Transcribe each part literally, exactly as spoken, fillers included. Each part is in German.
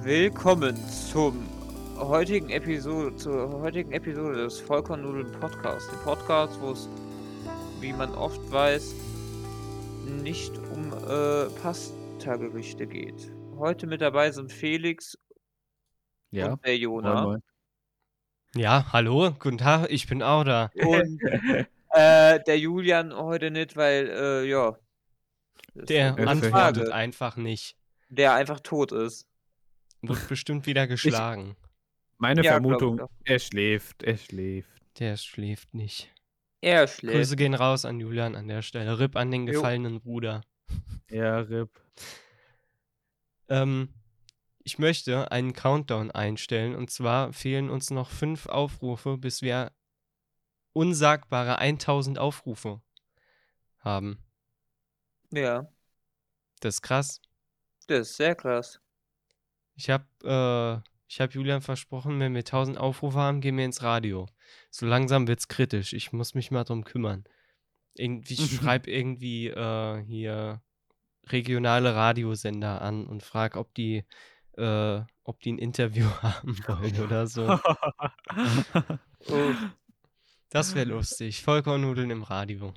Willkommen zum heutigen Episode, zur heutigen Episode des Vollkornnudeln Podcasts. Dem Podcast, wo es, wie man oft weiß, nicht um äh, Pasta-Gerichte geht. Heute mit dabei sind Felix Ja, und der moin Jona. moin. Ja, hallo, guten Tag, ich bin auch da. Und äh, der Julian heute nicht, weil, äh, ja. das ist Der eine gute antwortet Frage. einfach nicht. Der einfach tot ist. Wird bestimmt wieder geschlagen. Meine Ja, glaub ich Vermutung, doch. er schläft, er schläft. Der schläft nicht. Er schläft. Grüße gehen raus an Julian an der Stelle. R I P an den Jo. gefallenen Bruder. Ja, R I P. Ähm, ich möchte einen Countdown einstellen. Und zwar fehlen uns noch fünf Aufrufe, bis wir unsagbare tausend Aufrufe haben. Ja, Das ist krass. das ist sehr krass. Ich habe äh, ich hab Julian versprochen, wenn wir tausend Aufrufe haben, gehen wir ins Radio. So langsam wird's kritisch. Ich muss mich mal drum kümmern. Irgendwie, ich schreibe irgendwie äh, hier regionale Radiosender an und frage, ob die, äh, ob die ein Interview haben wollen oder so. Uff. Das wäre lustig. Vollkornnudeln im Radio.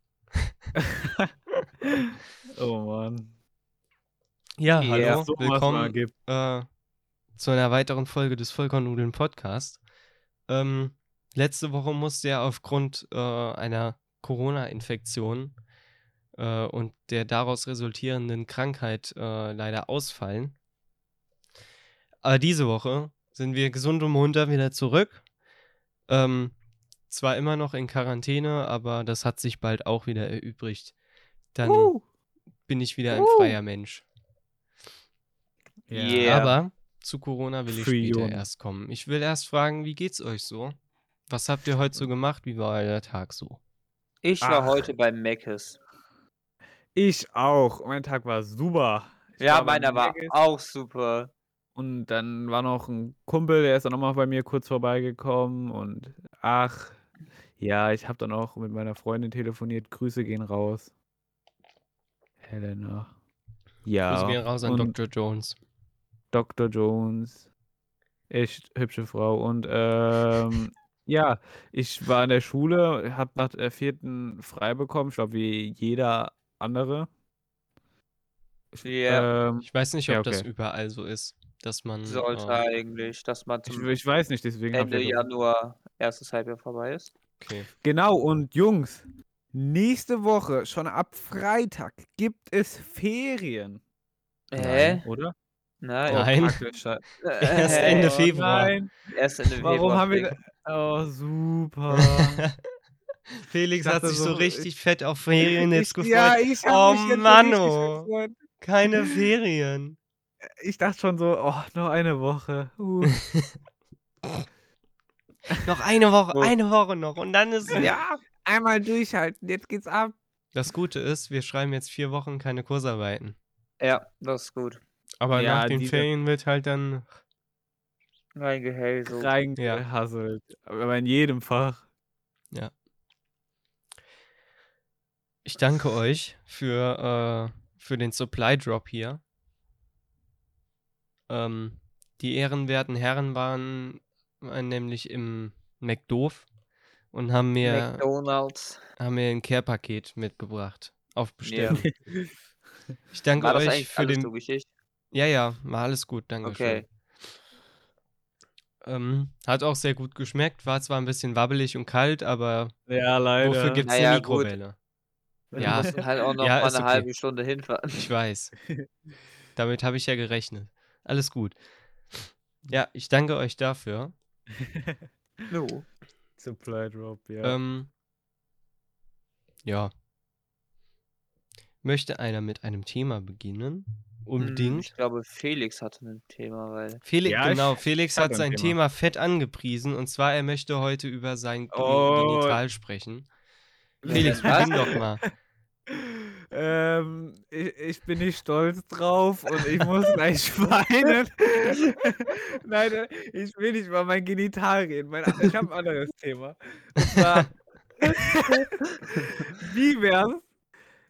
Oh Mann. Ja, Ja. hallo, So was mal willkommen gibt. äh, zu einer weiteren Folge des Vollkornnudeln Podcast. Ähm, letzte Woche musste er aufgrund äh, einer Corona-Infektion äh, und der daraus resultierenden Krankheit äh, leider ausfallen. Aber diese Woche sind wir gesund und munter wieder zurück. Ähm, zwar immer noch in Quarantäne, aber das hat sich bald auch wieder erübrigt. Dann Uh. bin ich wieder ein Uh. freier Mensch. Ja. Yeah. Aber zu Corona will ich Free später Jona. erst kommen. Ich will erst fragen, wie geht's euch so? Was habt ihr heute so gemacht? Wie war euer Tag so? Ich war Ach. heute beim Meckes. Ich auch. Mein Tag war super. Ich Ja, war beim meiner war Meckes auch super. und dann war noch ein Kumpel, der ist dann nochmal bei mir kurz vorbeigekommen und ach, ja, ich habe dann auch mit meiner Freundin telefoniert. Grüße gehen raus. Helena. Grüße Ja. gehen raus an Und Doktor Jones. Doktor Jones. Echt hübsche Frau. Und ähm, ja, ich war in der Schule, habe nach der vierten frei bekommen, ich glaube wie jeder andere. Ich, Ja, ähm, Ich weiß nicht, ob ja, das okay. überall so ist, dass man. sollte Äh, eigentlich, dass man Ich, zum ich weiß nicht, deswegen habe ich Ende ja gefragt. Januar erstes Halbjahr vorbei ist. okay. Genau, und Jungs, nächste Woche, schon ab Freitag, gibt es Ferien. Hä? Nein, oder? Nein. Oh, Nein. Kacke, Schei- Erst Äh, Ende oh, Februar. Nein, Erst Ende warum Februar. haben wir fliegen. da? Oh, super. Felix Ich hat dachte sich so so, richtig fett auf Ferien jetzt Ich, gefreut. ja, ich Oh habe mich jetzt so Mann, richtig oh. gefreut. Keine Ferien. Ich dachte schon so, oh, noch eine Woche. Uh. Noch eine Woche, Oh. eine Woche noch und dann ist Ja, einmal durchhalten, jetzt geht's ab. Das Gute ist, wir schreiben jetzt vier Wochen keine Kursarbeiten. Ja, das ist gut. Aber Ja, nach den diese- Ferien wird halt dann. Reingehält so. Reingehasselt. Aber in jedem Fach. Ja. Ich danke euch für, äh, für den Supply Drop hier. Ähm, die ehrenwerten Herren waren äh, nämlich im McDoof und haben mir, McDonalds. haben mir ein Care-Paket mitgebracht. Auf Bestellung. Ja. Ich danke War das euch eigentlich für alles den. so Geschichte? Ja, ja, war alles gut, danke schön. Okay. Ähm, hat auch sehr gut geschmeckt, war zwar ein bisschen wabbelig und kalt, aber Ja, leider. wofür gibt's Naja, eine gut. Mikrowelle? Wir Ja. mussten halt auch noch Ja, mal ist eine okay. halbe Stunde hinfahren. Ich weiß. Damit habe ich ja gerechnet. Alles gut. Ja, ich danke euch dafür. No. Supply Drop, ja. Ähm, ja. Möchte einer mit einem Thema beginnen? Hm, Unbedingt. Ich glaube, Felix hatte ein Thema, weil. Felix, Ja, genau, ich- Felix ich hat hatte ein sein Thema. Thema fett angepriesen und zwar, er möchte heute über sein Geni- Oh. Genital sprechen. Ja, Felix, was? beginn doch mal. Ähm, ich, ich bin nicht stolz drauf und ich muss gleich weinen. Nein, äh, ich will nicht über mein Genital reden. Mein, ich habe ein anderes Thema. Und zwar, wie wär's?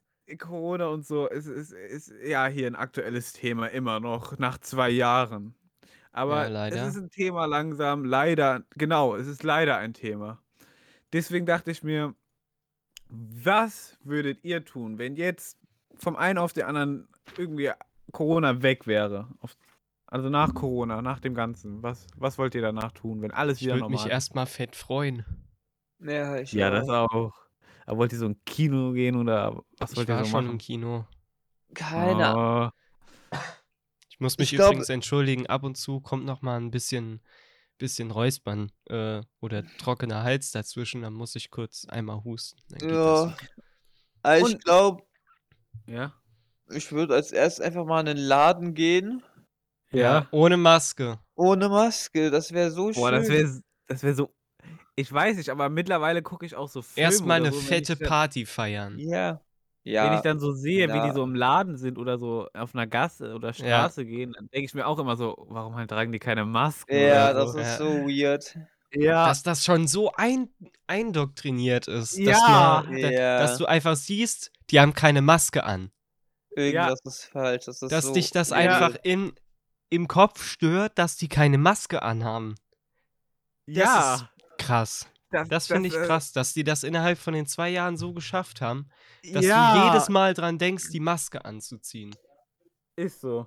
Corona und so ist, ist, ist ja hier ein aktuelles Thema immer noch, nach zwei Jahren. Aber Ja, es ist leider. ein Thema langsam, leider, genau, es ist leider ein Thema. Deswegen dachte ich mir, was würdet ihr tun, wenn jetzt vom einen auf den anderen irgendwie Corona weg wäre? Auf, also nach Corona, nach dem Ganzen. Was, was wollt ihr danach tun, wenn alles Ich wieder würde mich normal ist? erstmal fett freuen. Ja, ich Ja, das auch. auch. Aber wollt ihr so ein Kino gehen oder was Ich wollt ihr war so schon im machen? Kino. Keine Ahnung. Oh, Ich muss mich Ich glaube, übrigens entschuldigen, ab und zu kommt noch mal ein bisschen, bisschen Räuspern äh, oder trockener Hals dazwischen. Dann muss ich kurz einmal husten. Dann geht das ja, wieder. also ich und glaube, ja, ich würde als erstes einfach mal in den Laden gehen, Ja, ja. ohne Maske. ohne Maske. Das wäre so Boah, das schön. wäre das wäre so. Ich weiß nicht, aber mittlerweile gucke ich auch so Filme Erstmal oder eine so, wenn fette ich dann, Party feiern. Ja. wenn ich Ja, dann so sehe, wie die na, so im Laden sind oder so auf einer Gasse oder Ja, Straße gehen, dann denke ich mir auch immer so, warum halt tragen die keine Masken oder ja, das so? ist ja. so weird. Ja, Dass das schon so ein, eindoktriniert ist, dass ja, man, da, dass Ja, du einfach siehst, die haben keine Maske an. ja, irgendwas ist falsch. Das ist Dass so dich das Ja. einfach weird. in, im Kopf stört, dass die keine Maske anhaben. Das ist ja. krass. Das, Das finde das, ich äh, krass, dass die das innerhalb von den zwei Jahren so geschafft haben, dass du ja, jedes Mal dran denkst, die Maske anzuziehen. ist so.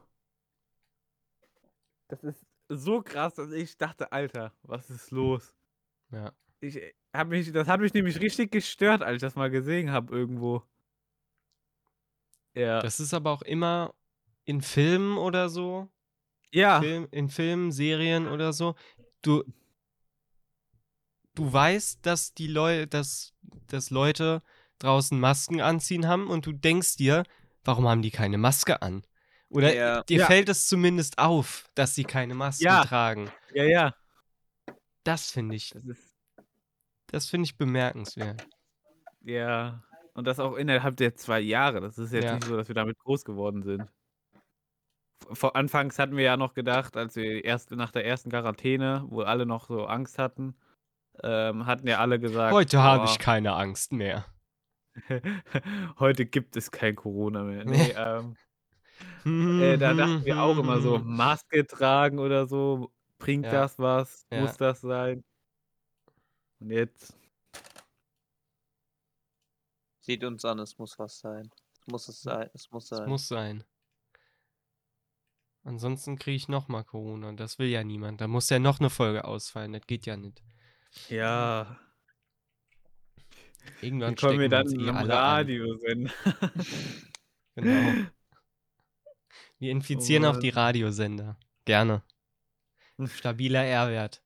Das ist so krass, dass ich dachte, Alter, was ist los? Ja. Ich hab mich, das hat mich nämlich richtig gestört, als ich das mal gesehen habe irgendwo. Ja. Das ist aber auch immer in Filmen oder so, Ja, Film, in Filmen, Serien oder so. Du, du weißt, dass die Leute, dass, dass Leute draußen Masken anziehen haben und du denkst dir, warum haben die keine Maske an? Oder Ja, dir Ja. fällt es zumindest auf, dass sie keine Masken Ja. tragen. ja, ja. Das finde ich, Das ist, das finde ich bemerkenswert. ja. Und das auch innerhalb der zwei Jahre. Das ist jetzt Ja. nicht so, dass wir damit groß geworden sind. Vor Anfangs hatten wir ja noch gedacht, als wir erst nach der ersten Quarantäne, wo alle noch so Angst hatten, ähm, hatten ja alle gesagt, Heute habe ich boah, keine Angst mehr. heute gibt es kein Corona mehr. Nee, ähm, äh, da dachten wir auch immer so, Maske tragen oder so, bringt Ja, das was? ja. Muss das sein? Und jetzt, sieht uns an, es muss was sein. Es muss es sein. Es muss Es sein. muss sein. Ansonsten kriege ich nochmal Corona. Das will ja niemand. Da muss ja noch eine Folge ausfallen. Das geht ja nicht. ja, Irgendwann wie kommen wir stecken wir dann uns eh am alle an. Radio senden? Genau. Wir infizieren Oh auch die Mann. Radiosender. Gerne. Stabiler R-Wert.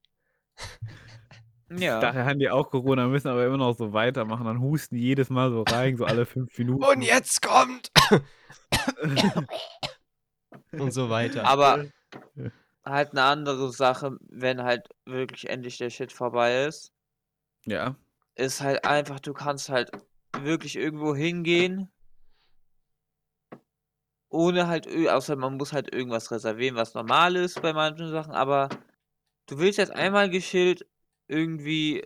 Ja. Daher haben die auch Corona, müssen aber immer noch so weitermachen. Dann husten die jedes Mal so rein, so alle fünf Minuten. Und jetzt kommt! Und so weiter. Aber halt eine andere Sache, wenn halt wirklich endlich der Shit vorbei ist, Ja, ist halt einfach, du kannst halt wirklich irgendwo hingehen, ohne halt, ö- außer man muss halt irgendwas reservieren, was normal ist bei manchen Sachen, aber du willst jetzt einmal geschillt irgendwie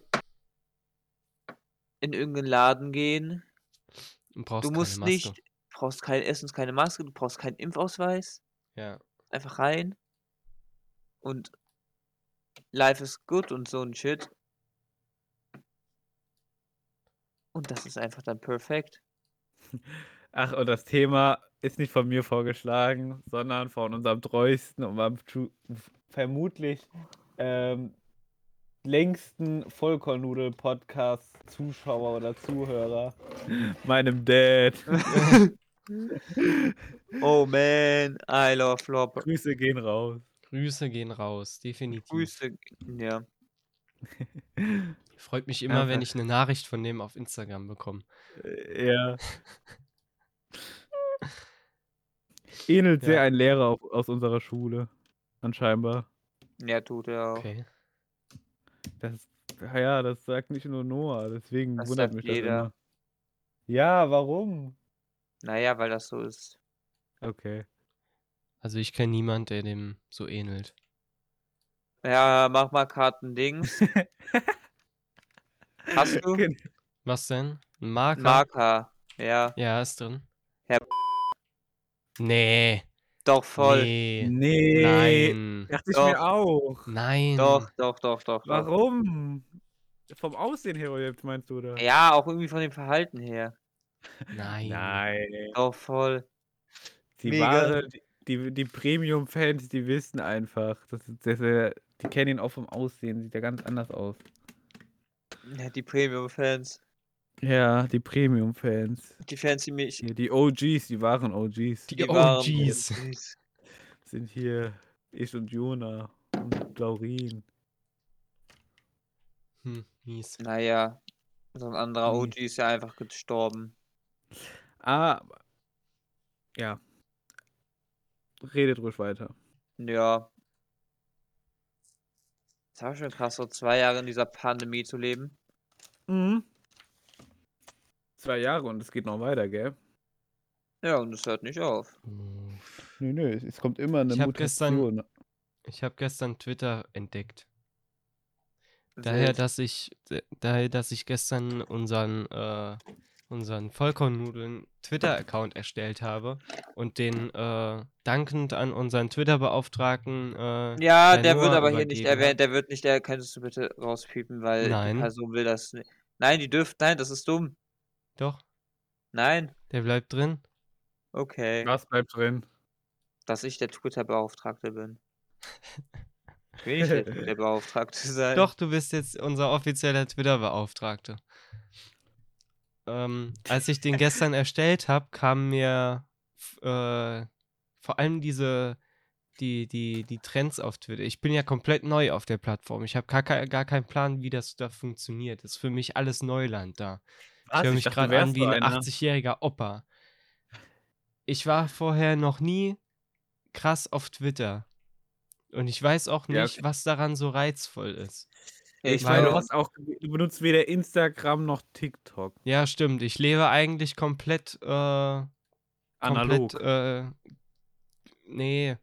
in irgendeinen Laden gehen. Du brauchst Du keine musst Maske. nicht, brauchst kein, erstens keine Maske, du brauchst keinen Impfausweis, Ja. einfach rein und life is good und so ein Shit. Und das ist einfach dann perfekt. ach, und das Thema ist nicht von mir vorgeschlagen, sondern von unserem treuesten und am tu- vermutlich ähm, längsten Vollkornnudel-Podcast-Zuschauer oder Zuhörer, meinem Dad. Oh man, I love Flop. Grüße gehen raus. Grüße gehen raus, definitiv. Grüße, ja. Freut mich immer, wenn Einfach. ich eine Nachricht von dem auf Instagram bekomme. Äh, Ja. Ähnelt sehr Ja. ein Lehrer auf, aus unserer Schule. Anscheinbar. Ja, tut er auch. Okay. Das, ja, das sagt nicht nur Noah, deswegen Das wundert sagt mich das jeder. immer. Ja, warum? Naja, weil das so ist. Okay. Also ich kenne niemanden, der dem so ähnelt. Ja, mach mal Kartendings. Hast du? Gen- Was denn? Ein Marker? Marker. Ja. Ja, ist drin. Herr Nee. Doch, voll. Nee. Nee, Nein. dachte ich mir Doch. auch. Doch, Nein. doch, doch, doch, doch. Warum? Vom Aussehen her jetzt meinst du, oder? Ja, auch irgendwie von dem Verhalten her. Nein. Nein. Doch, voll. Die Mega. wahre, die, die, die Premium-Fans, die wissen einfach, dass, dass er, die kennen ihn auch vom Aussehen, sieht ja ganz anders aus. Ja, die Premium-Fans. Ja, die Premium-Fans. Die Fans, die mich. Hier, die O Gs, die wahren O Gs. Die Die waren O Gs. O Gs. Sind hier ich und Jona und Laurin. Hm, mies. Naja, so ein anderer Mies. O G ist ja einfach gestorben. Ah, ja. Redet ruhig weiter. Ja. Das war schon krass, so zwei Jahre in dieser Pandemie zu leben. Mhm. Zwei Jahre und es geht noch weiter, gell? Ja, und es hört nicht auf. Uff. Nö, nö, es kommt immer eine Ich hab gestern- Mutation. Ich habe gestern Twitter entdeckt. Daher, Wild. dass ich, d- daher, dass ich gestern unseren, äh, unseren Vollkornnudeln Twitter-Account erstellt habe und den äh, dankend an unseren Twitter-Beauftragten äh, Ja, Herrn der wird Noah aber hier nicht übergeben erwähnt. hab. Der wird nicht, der könntest du bitte rauspiepen, weil Nein. die Person will das nicht. Nein, die dürft, nein, das ist dumm. Doch, Nein. der bleibt drin. Okay. Was bleibt drin? Dass ich der Twitter-Beauftragte bin. Ich will nicht der Twitter-Beauftragte sein. Doch, du bist jetzt unser offizieller Twitter-Beauftragte. Ähm, als ich den gestern erstellt habe, kamen mir f- äh, vor allem diese, die, die, die Trends auf Twitter. Ich bin ja komplett neu auf der Plattform. Ich habe gar, kei- gar keinen Plan, wie das da funktioniert. Das ist für mich alles Neuland da. Ich Was? höre Ich mich dachte, du gerade wärst an wie so ein einer. achtzigjähriger Opa. Ich war vorher noch nie krass auf Twitter. Und ich weiß auch Ja, nicht, was daran so reizvoll ist. Ich Weil- meine, du hast auch, du benutzt weder Instagram noch TikTok. Ja, stimmt. Ich lebe eigentlich komplett, äh, Analog. komplett, äh, nee,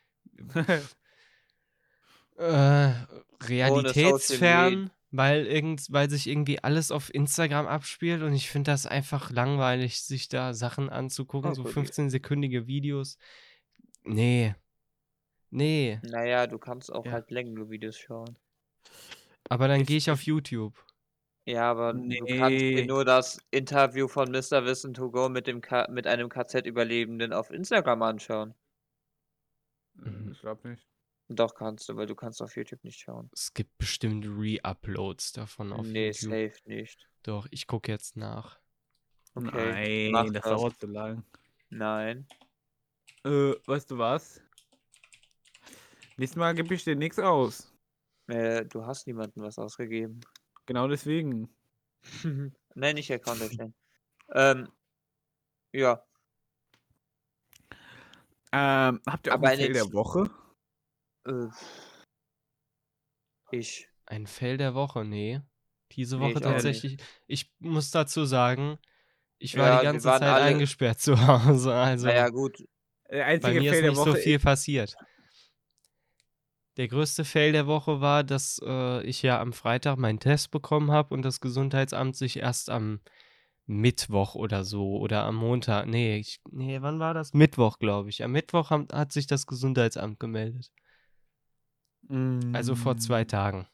äh, realitätsfern, weil, irgend, weil sich irgendwie alles auf Instagram abspielt und ich finde das einfach langweilig, sich da Sachen anzugucken, Oh, so gut. fünfzehn-sekündige Videos. Nee. Nee. Naja, du kannst auch Ja. halt Längenvideos schauen. Aber dann Ich- gehe ich auf ich- YouTube. Ja, aber du kannst dir Nee. nur das Interview von Mister Wissen to go mit dem K mit einem K Z-Überlebenden auf Instagram anschauen. Mhm. Ich glaube nicht. Doch kannst du, weil du kannst auf YouTube nicht schauen. Es gibt bestimmt Re-Uploads davon auf Nee, YouTube. safe nicht. Doch, ich gucke jetzt nach. Okay, Nein, mach das das. dauert zu lang. Nein. Äh, weißt du was? Nächstes Mal gebe ich dir nichts aus. Äh, du hast niemandem was ausgegeben. Genau deswegen. Nein, nicht Account erstellen. ähm, ja. Ähm, habt ihr auch Aber ein eine Fail der T- Woche? Äh, ich. Ein Fail der Woche, nee. Diese Nee, Woche ich auch nicht. tatsächlich. Ich muss dazu sagen, ich war Ja, die wir ganze waren Zeit alle- eingesperrt zu Hause. Also Naja, gut. Der bei einzige mir ist Fail der nicht Woche so viel passiert. Der größte Fail der Woche war, dass äh, ich ja am Freitag meinen Test bekommen habe und das Gesundheitsamt sich erst am Mittwoch oder so oder am Montag, nee, ich, nee, wann war das? Mittwoch, glaube ich. Am Mittwoch haben, hat sich das Gesundheitsamt gemeldet. Also vor zwei Mm, Tagen.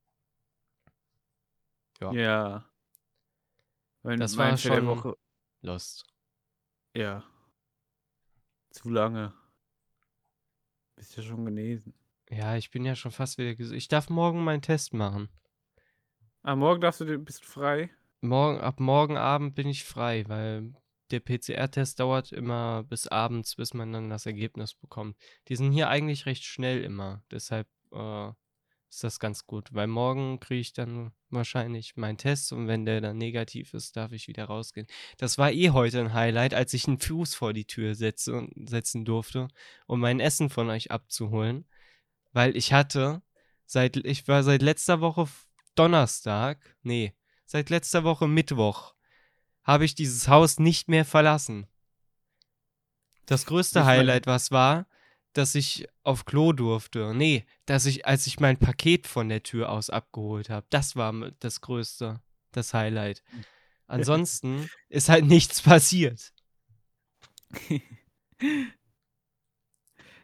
Ja. Ja. Mein, Das mein war Fail der schon- Woche. Lost. Ja. Zu lange. Bist ja schon genesen. Ja, ich bin ja schon fast wieder gesund. Ich darf morgen meinen Test machen. Ah, morgen darfst du, bist du frei? Morgen, ab morgen Abend bin ich frei, weil der P C R-Test dauert immer bis abends, bis man dann das Ergebnis bekommt. Die sind hier eigentlich recht schnell immer. Deshalb äh, ist das ganz gut. Weil morgen kriege ich dann wahrscheinlich meinen Test und wenn der dann negativ ist, darf ich wieder rausgehen. Das war eh heute ein Highlight, als ich einen Fuß vor die Tür setze und setzen durfte, um mein Essen von euch abzuholen. Weil ich hatte, seit, ich war seit letzter Woche Donnerstag, nee, seit letzter Woche Mittwoch habe ich dieses Haus nicht mehr verlassen. Das größte Nicht mal- Highlight, was war, dass ich auf Klo durfte. Nee, dass ich, als ich mein Paket von der Tür aus abgeholt habe. Das war m- das größte, das Highlight. Ansonsten ist halt nichts passiert.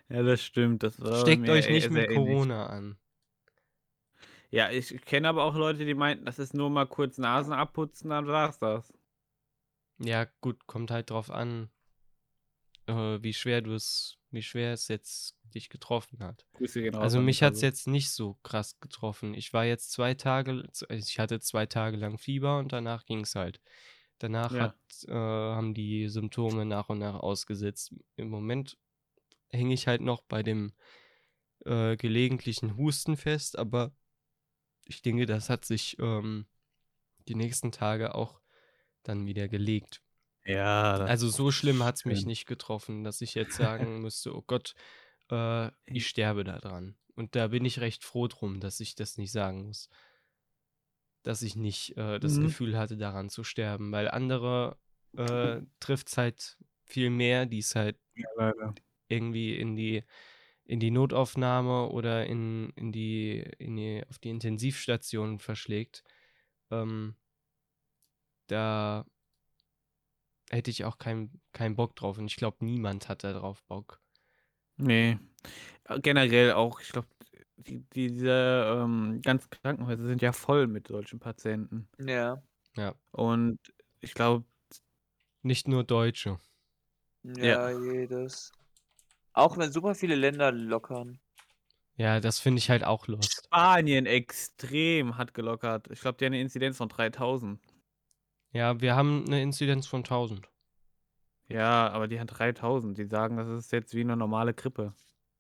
Ja, das stimmt. Das war bei Steckt mir euch e nicht mit sehr ähnlich. Corona an. Ja, ich kenne aber auch Leute, die meinten, das ist nur mal kurz Nasen abputzen, dann war's das. Ja, gut, kommt halt drauf an, äh, wie schwer du es, wie schwer es jetzt dich getroffen hat. Grüße gehen raus Also an mich hat es Mikado. jetzt nicht so krass getroffen. Ich war jetzt zwei Tage, z- also ich hatte zwei Tage lang Fieber und danach ging es halt. Danach Ja. hat, äh, haben die Symptome nach und nach ausgesetzt. Im Moment hänge ich halt noch bei dem äh, gelegentlichen Husten fest, aber ich denke, das hat sich ähm, die nächsten Tage auch dann wieder gelegt. Ja, das Also so ist schlimm hat es mich schön. nicht getroffen, dass ich jetzt sagen müsste, oh Gott, äh, ich sterbe da dran. Und da bin ich recht froh drum, dass ich das nicht sagen muss. Dass ich nicht äh, das Mhm. Gefühl hatte, daran zu sterben. Weil andere äh, trifft es halt viel mehr, die es halt Ja, leider. irgendwie in die, in die Notaufnahme oder in, in die, in die, auf die Intensivstation verschlägt. Ähm, da hätte ich auch keinen keinen Bock drauf. Und ich glaube, niemand hat da drauf Bock. Nee. Äh, generell auch, ich glaube, die diese, ähm, ganzen Krankenhäuser sind ja voll mit solchen Patienten. Ja. Ja. Und ich glaube Nicht nur Deutsche. Ja, Ja. jedes. Auch wenn super viele Länder lockern. Ja, das finde ich halt auch lost. Spanien extrem hat gelockert. Ich glaube, die haben 'ne Inzidenz von dreitausend. Ja, wir haben eine Inzidenz von tausend. Ja, aber die haben dreitausend. Die sagen, das ist jetzt wie 'ne normale Grippe.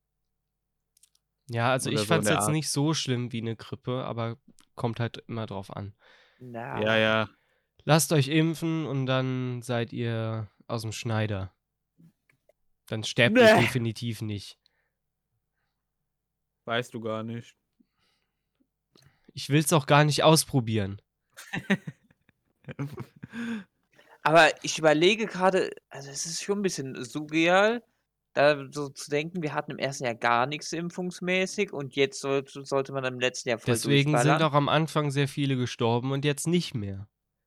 Ja, also Oder ich so in fand's der jetzt Art. nicht so schlimm wie eine Grippe, aber kommt halt immer drauf an. Na. Ja, ja. Lasst euch impfen und dann seid ihr aus dem Schneider. Dann sterbt ihr Ne. definitiv nicht. Weißt du gar nicht. Ich will's auch gar nicht ausprobieren. Aber ich überlege gerade, also es ist schon ein bisschen surreal, da so zu denken, wir hatten im ersten Jahr gar nichts impfungsmäßig und jetzt sollte sollte man im letzten Jahr voll Deswegen sind durchballern. auch am Anfang sehr viele gestorben und jetzt nicht mehr.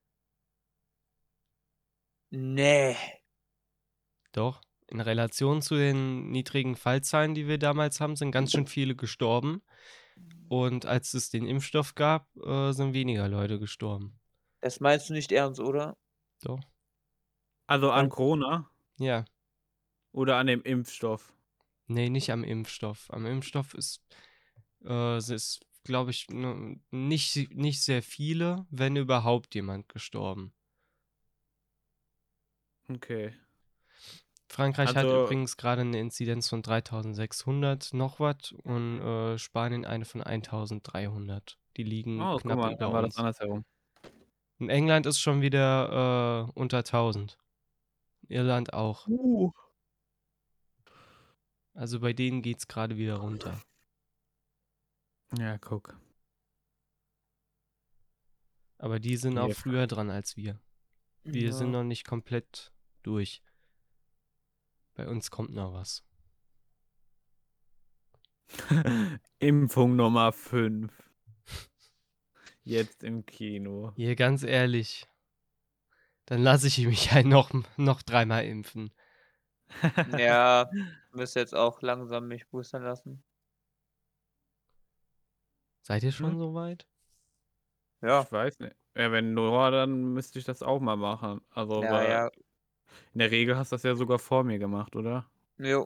Ne. Doch, in Relation zu den niedrigen Fallzahlen, die wir damals haben, sind ganz schön viele gestorben. Und als es den Impfstoff gab, äh, sind weniger Leute gestorben. Das meinst du nicht ernst, oder? Doch. Also an Weil Corona Ja. oder an dem Impfstoff? Ne, nicht am Impfstoff. Am Impfstoff ist, äh, es ist, glaube ich, ne, nicht, nicht sehr viele, wenn überhaupt jemand gestorben. Okay. Frankreich hat Also übrigens gerade eine Inzidenz von dreitausendsechshundert noch was und äh, Spanien eine von eintausenddreihundert. Die liegen Oh, guck knapp mal, über dann war das uns. andersherum. Und England ist schon wieder äh, unter tausend. Irland auch. Uh. Also bei denen geht's gerade wieder runter. Ja, guck. Aber die sind auch Ne. früher dran als wir. Wir sind Ja. noch nicht komplett durch. Bei uns kommt noch was. Impfung Nummer fünf. Jetzt im Kino. Hier, ganz ehrlich. Dann lasse ich mich halt noch, noch dreimal impfen. Ja, müsste jetzt auch langsam mich boostern lassen. Seid ihr schon Hm? so weit? Ja. Ich weiß nicht. Ja, wenn Nora, dann müsste ich das auch mal machen. Also, Ja, weil ja. in der Regel hast du das ja sogar vor mir gemacht, oder? Jo.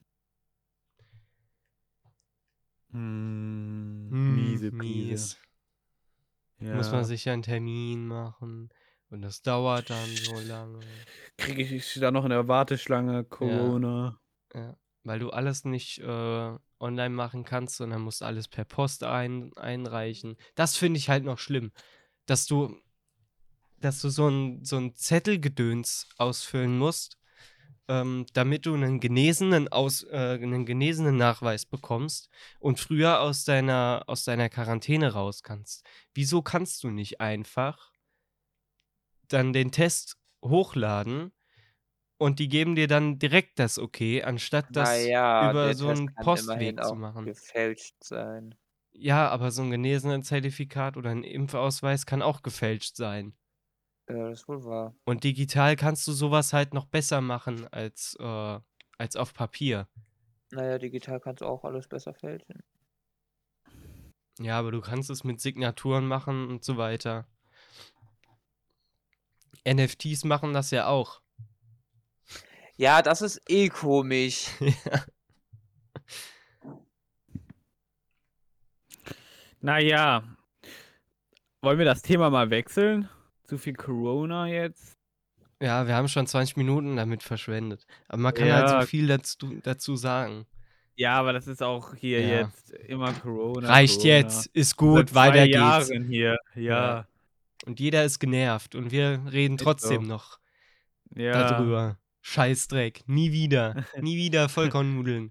Hm, Hm, miese Prise. mies. Muss man Ja. sich ja einen Termin machen und das dauert dann so lange. Kriege ich da noch in der Warteschlange Corona? Ja, weil du alles nicht äh, online machen kannst, sondern musst alles per Post ein, einreichen. Das finde ich halt noch schlimm, dass du, dass du so ein, so ein Zettelgedöns ausfüllen musst, ähm, damit du einen genesenen, aus, äh, einen genesenen Nachweis bekommst und früher aus deiner, aus deiner Quarantäne raus kannst. Wieso kannst du nicht einfach dann den Test hochladen und die geben dir dann direkt das Okay, anstatt Na das ja, über der so Test 'n kann immerhin Postweg zu auch machen? gefälscht sein. Ja, aber so 'n Genesenen-Zertifikat oder 'n Impfausweis kann auch gefälscht sein. Ja, das ist wohl wahr. Und digital kannst du so was halt noch besser machen als, äh als auf Papier. Naja, digital kannst du auch alles besser fälschen. Ja, aber du kannst es mit Signaturen machen und so weiter. N F Ts machen das ja auch. Ja, das ist eh komisch. Ja. Naja, wollen wir das Thema mal wechseln? Zu viel Corona jetzt? Ja, wir haben schon zwanzig Minuten damit verschwendet. Aber man kann halt so Ja, viel dazu, dazu sagen. ja, aber das ist auch hier Ja. jetzt immer Corona, Reicht Corona. jetzt, ist Seit gut, zwei weiter geht's. Jahren hier, Ja. ja, Und jeder ist genervt und wir reden ist trotzdem so. noch Ja, darüber. Scheißdreck. Nie wieder. Nie wieder Vollkornnudeln.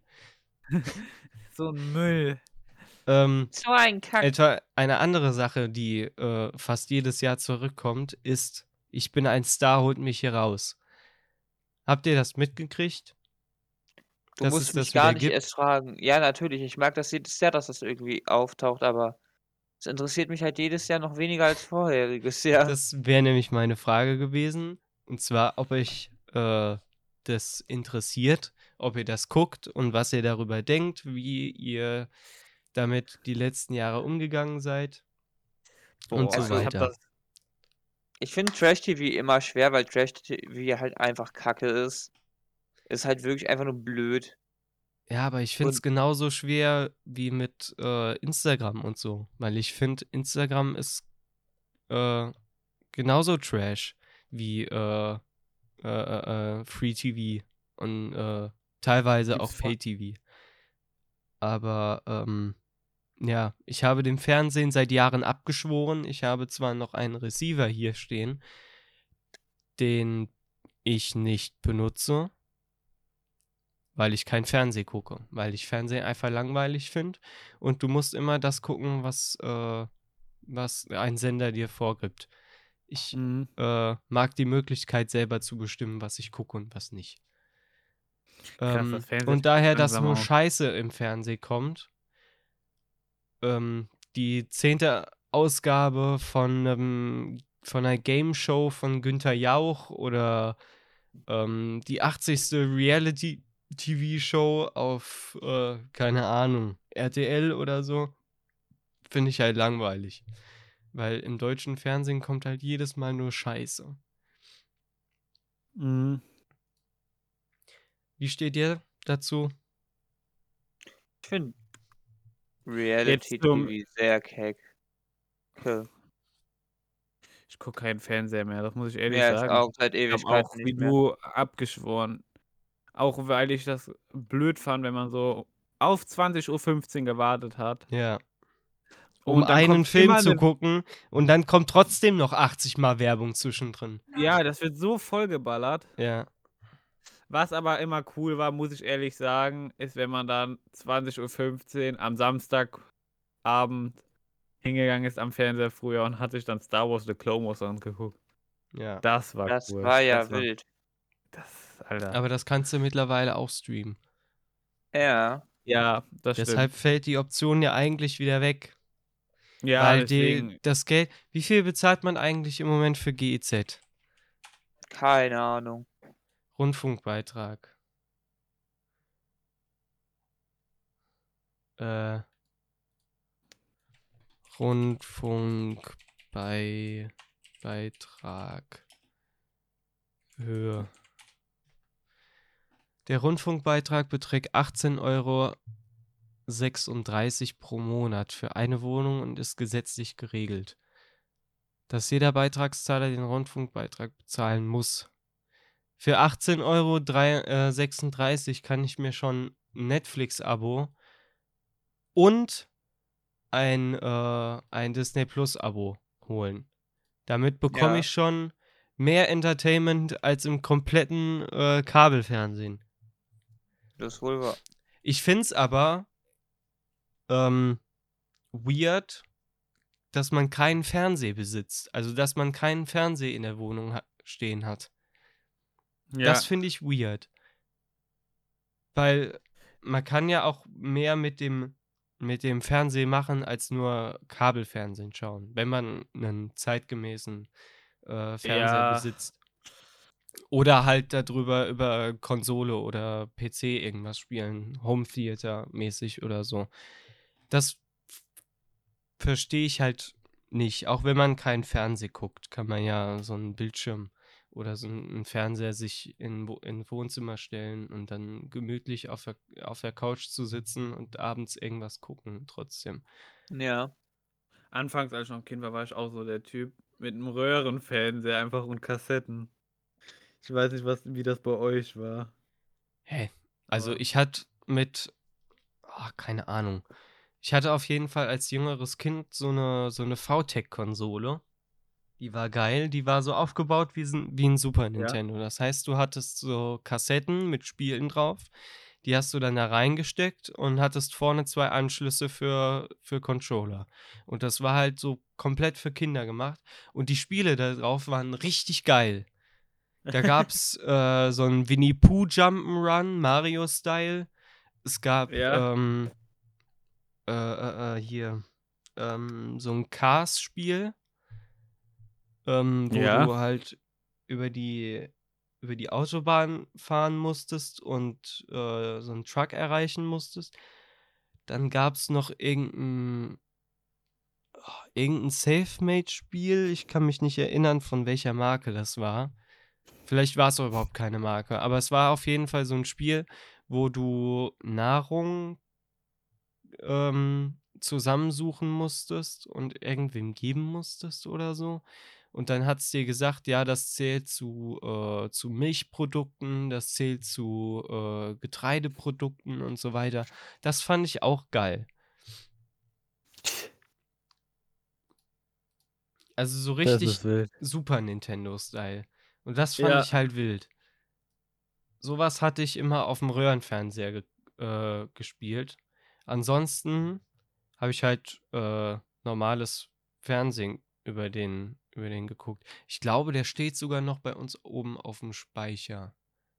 so ein Müll. Ähm, So ein Kack. etwa eine andere Sache, die äh, fast jedes Jahr zurückkommt, ist, ich bin ein Star, holt mich hier raus. Habt ihr das mitgekriegt? Du dass musst es mich das gar wieder nicht gibt? erst fragen. Ja, natürlich. Ich mag das jedes Jahr, dass das irgendwie auftaucht, aber es interessiert mich halt jedes Jahr noch weniger als vorheriges Jahr. Das wäre nämlich meine Frage gewesen. Und zwar, ob euch äh, das interessiert, ob ihr das guckt und was ihr darüber denkt, wie ihr damit die letzten Jahre umgegangen seid und Boah, so Also, ich hab weiter. das. Ich finde Trash-T V immer schwer, weil Trash-T V halt einfach Kacke ist. Ist halt wirklich einfach nur blöd. Ja, aber ich finde es Und genauso schwer wie mit äh, Instagram und so. Weil ich finde, Instagram ist äh, genauso Trash wie äh, äh, äh, Free T V und äh, teilweise auch Gibt's vor- Pay-T V. Aber ähm, ja, ich habe dem Fernsehen seit Jahren abgeschworen. Ich habe zwar noch einen Receiver hier stehen, den ich nicht benutze, weil ich kein Fernsehen gucke, weil ich Fernsehen einfach langweilig finde und du musst immer das gucken, was, äh, was ein Sender dir vorgibt. Ich Mhm. äh, mag die Möglichkeit, selber zu bestimmen, was ich gucke und was nicht. Krass, Ähm, das Fernsehen und daher, dass langsam nur auf. Scheiße im Fernsehen kommt, ähm, die zehnte Ausgabe von, ähm, von einer Game Show von Günther Jauch oder ähm, die achtzigste Reality-T V-Show auf, äh, keine Ahnung, R T L oder so, finde ich halt langweilig. Weil im deutschen Fernsehen kommt halt jedes Mal nur Scheiße. Mhm. Wie steht ihr dazu? ich finde Jetzt zum. Reality-T V sehr keck. Okay. Ich gucke keinen Fernseher mehr, das muss ich ehrlich Ja, ich sagen. auch seit Ich habe auch Ewigkeiten wie nicht mehr. du abgeschworen. Auch weil ich das blöd fand, wenn man so auf zwanzig Uhr fünfzehn gewartet hat. Ja. Um Und dann einen kommt Film immer zu eine. gucken und dann kommt trotzdem noch achtzig Mal Werbung zwischendrin. Ja, das wird so vollgeballert. Ja. Was aber immer cool war, muss ich ehrlich sagen, ist, wenn man dann zwanzig Uhr fünfzehn am Samstagabend hingegangen ist am Fernseher früher und hat sich dann Star Wars The Clone Wars angeguckt. Ja. Das war Das cool. war ja Das war, wild. das, Alter. Aber das kannst du mittlerweile auch streamen. Ja. Ja, das Deshalb stimmt. fällt die Option ja eigentlich wieder weg. Ja, Weil deswegen. die, das Geld. Wie viel bezahlt man eigentlich im Moment für G E Z? Keine Ahnung. Rundfunkbeitrag. Äh. Rundfunkbeitrag. Höhe. Der Rundfunkbeitrag beträgt achtzehn Euro sechsunddreißig pro Monat für eine Wohnung und ist gesetzlich geregelt, dass jeder Beitragszahler den Rundfunkbeitrag bezahlen muss. Für achtzehn Euro sechsunddreißig kann ich mir schon ein Netflix-Abo und ein, äh, ein Disney Plus-Abo holen. Damit bekomme Ja. ich schon mehr Entertainment als im kompletten äh, Kabelfernsehen. Das ist wohl wahr. Ich finde es aber ähm, weird, dass man keinen Fernseher besitzt. Also, dass man keinen Fernseher in der Wohnung ha- stehen hat. Ja, Das finde ich weird. Weil man kann ja auch mehr mit dem, mit dem Fernsehen machen, als nur Kabelfernsehen schauen, wenn man einen zeitgemäßen äh, Fernseher Ja. besitzt. Oder halt darüber über Konsole oder P C irgendwas spielen, Home Theater mäßig oder so. Das verstehe ich halt nicht. Auch wenn man keinen Fernseh guckt, kann man ja so einen Bildschirm oder so einen Fernseher sich in Wo in Wohnzimmer stellen und dann gemütlich auf der auf der Couch zu sitzen und abends irgendwas gucken trotzdem. Ja. Anfangs, als ich noch ein Kind war, war ich auch so der Typ mit einem Röhrenfernseher einfach und Kassetten. Ich weiß nicht, was, wie das bei euch war. Hey, also Aber ich hatte mit, ah, keine Ahnung. Ich hatte auf jeden Fall als jüngeres Kind so eine so eine V TEC-Konsole. Die war geil, die war so aufgebaut wie s 'n wie 'n Super ja, Nintendo. Das heißt, du hattest so Kassetten mit Spielen drauf, die hast du dann da reingesteckt und hattest vorne zwei Anschlüsse für für Controller. Und das war halt so komplett für Kinder gemacht und die Spiele da drauf waren richtig geil. Da gab's, äh, so 'n Winnie Pooh Jump'n'Run, Mario-Style. Es gab, ja, ähm, äh, äh, äh, hier, ähm, so 'n Cars-Spiel, ähm, wo ja. du halt über die über die Autobahn fahren musstest und, äh, so 'n Truck erreichen musstest. Dann gab's noch irgend 'n oh, irgend 'n Selfmade-Spiel. Ich kann mich nicht erinnern, von welcher Marke das war. Vielleicht war's auch überhaupt keine Marke, aber es war auf jeden Fall so 'n Spiel, wo du Nahrung ähm, zusammensuchen musstest und irgendwem geben musstest oder so. Und dann hat's dir gesagt, ja, das zählt zu, äh, zu Milchprodukten, das zählt zu, äh, Getreideprodukten und so weiter. Das fand ich auch geil. Also so Das richtig ist wild. Super Nintendo-Style. Und das fand Ja, ich halt wild. So was hatte ich immer auf'm Röhrenfernseher ge äh, gespielt. Ansonsten habe ich halt, äh, normales Fernsehen über den über den geguckt. Ich glaube, der steht sogar noch bei uns oben auf'm Speicher.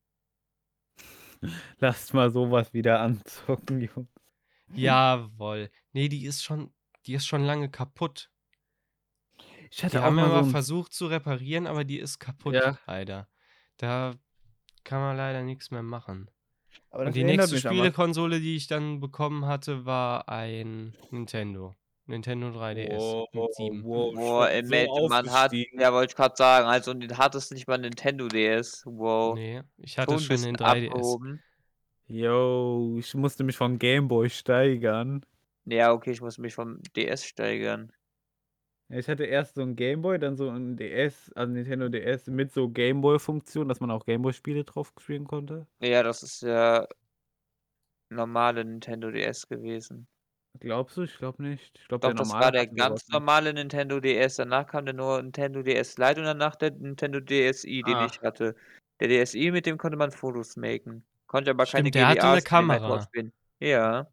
lasst mal sowas wieder anzocken, Jungs. Jawoll. Ne, die ist schon die ist schon lange kaputt. Ich Die hatte auch haben ja mal so mal 'n versucht zu reparieren, aber die ist kaputt ja, leider. Da kann man leider nix mehr machen. aber Und das die erinnert nächste mich an was. Spielekonsole, die ich dann bekommen hatte, war ein Nintendo. Nintendo drei D S Wow, mit sieben. wow, Boah, Schott ey, so Matt, man hat aufgestiegen. ja, wollte ich grad sagen, also, und du hattest nicht mal Nintendo D S. Wow. Ne, ich hatte Schon 'n schon bisschen den drei D S. abgehoben. Jo, ich musste mich vom Gameboy steigern. Ja, okay, ich muss mich vom D S steigern. Ja, ich hatte erst so 'n Gameboy, dann so 'n D S, also Nintendo D S mit so Gameboy-Funktion, dass man auch Gameboy-Spiele drauf spielen konnte. Ja, das ist der normale Nintendo D S gewesen. Glaubst du? Ich glaube nicht. Ich glaube, Doch, der das war normale der hatte so was ganz nicht. normale Nintendo D S. Danach kam der nur Nintendo D S Lite und danach der Nintendo D S i, den Ah, ich hatte. Der D S i, mit dem konnte man Fotos maken. Konnte aber keine Stimmt, der hatte 'ne G B A-Spiele mehr drauf Kamera. spielen. Ja.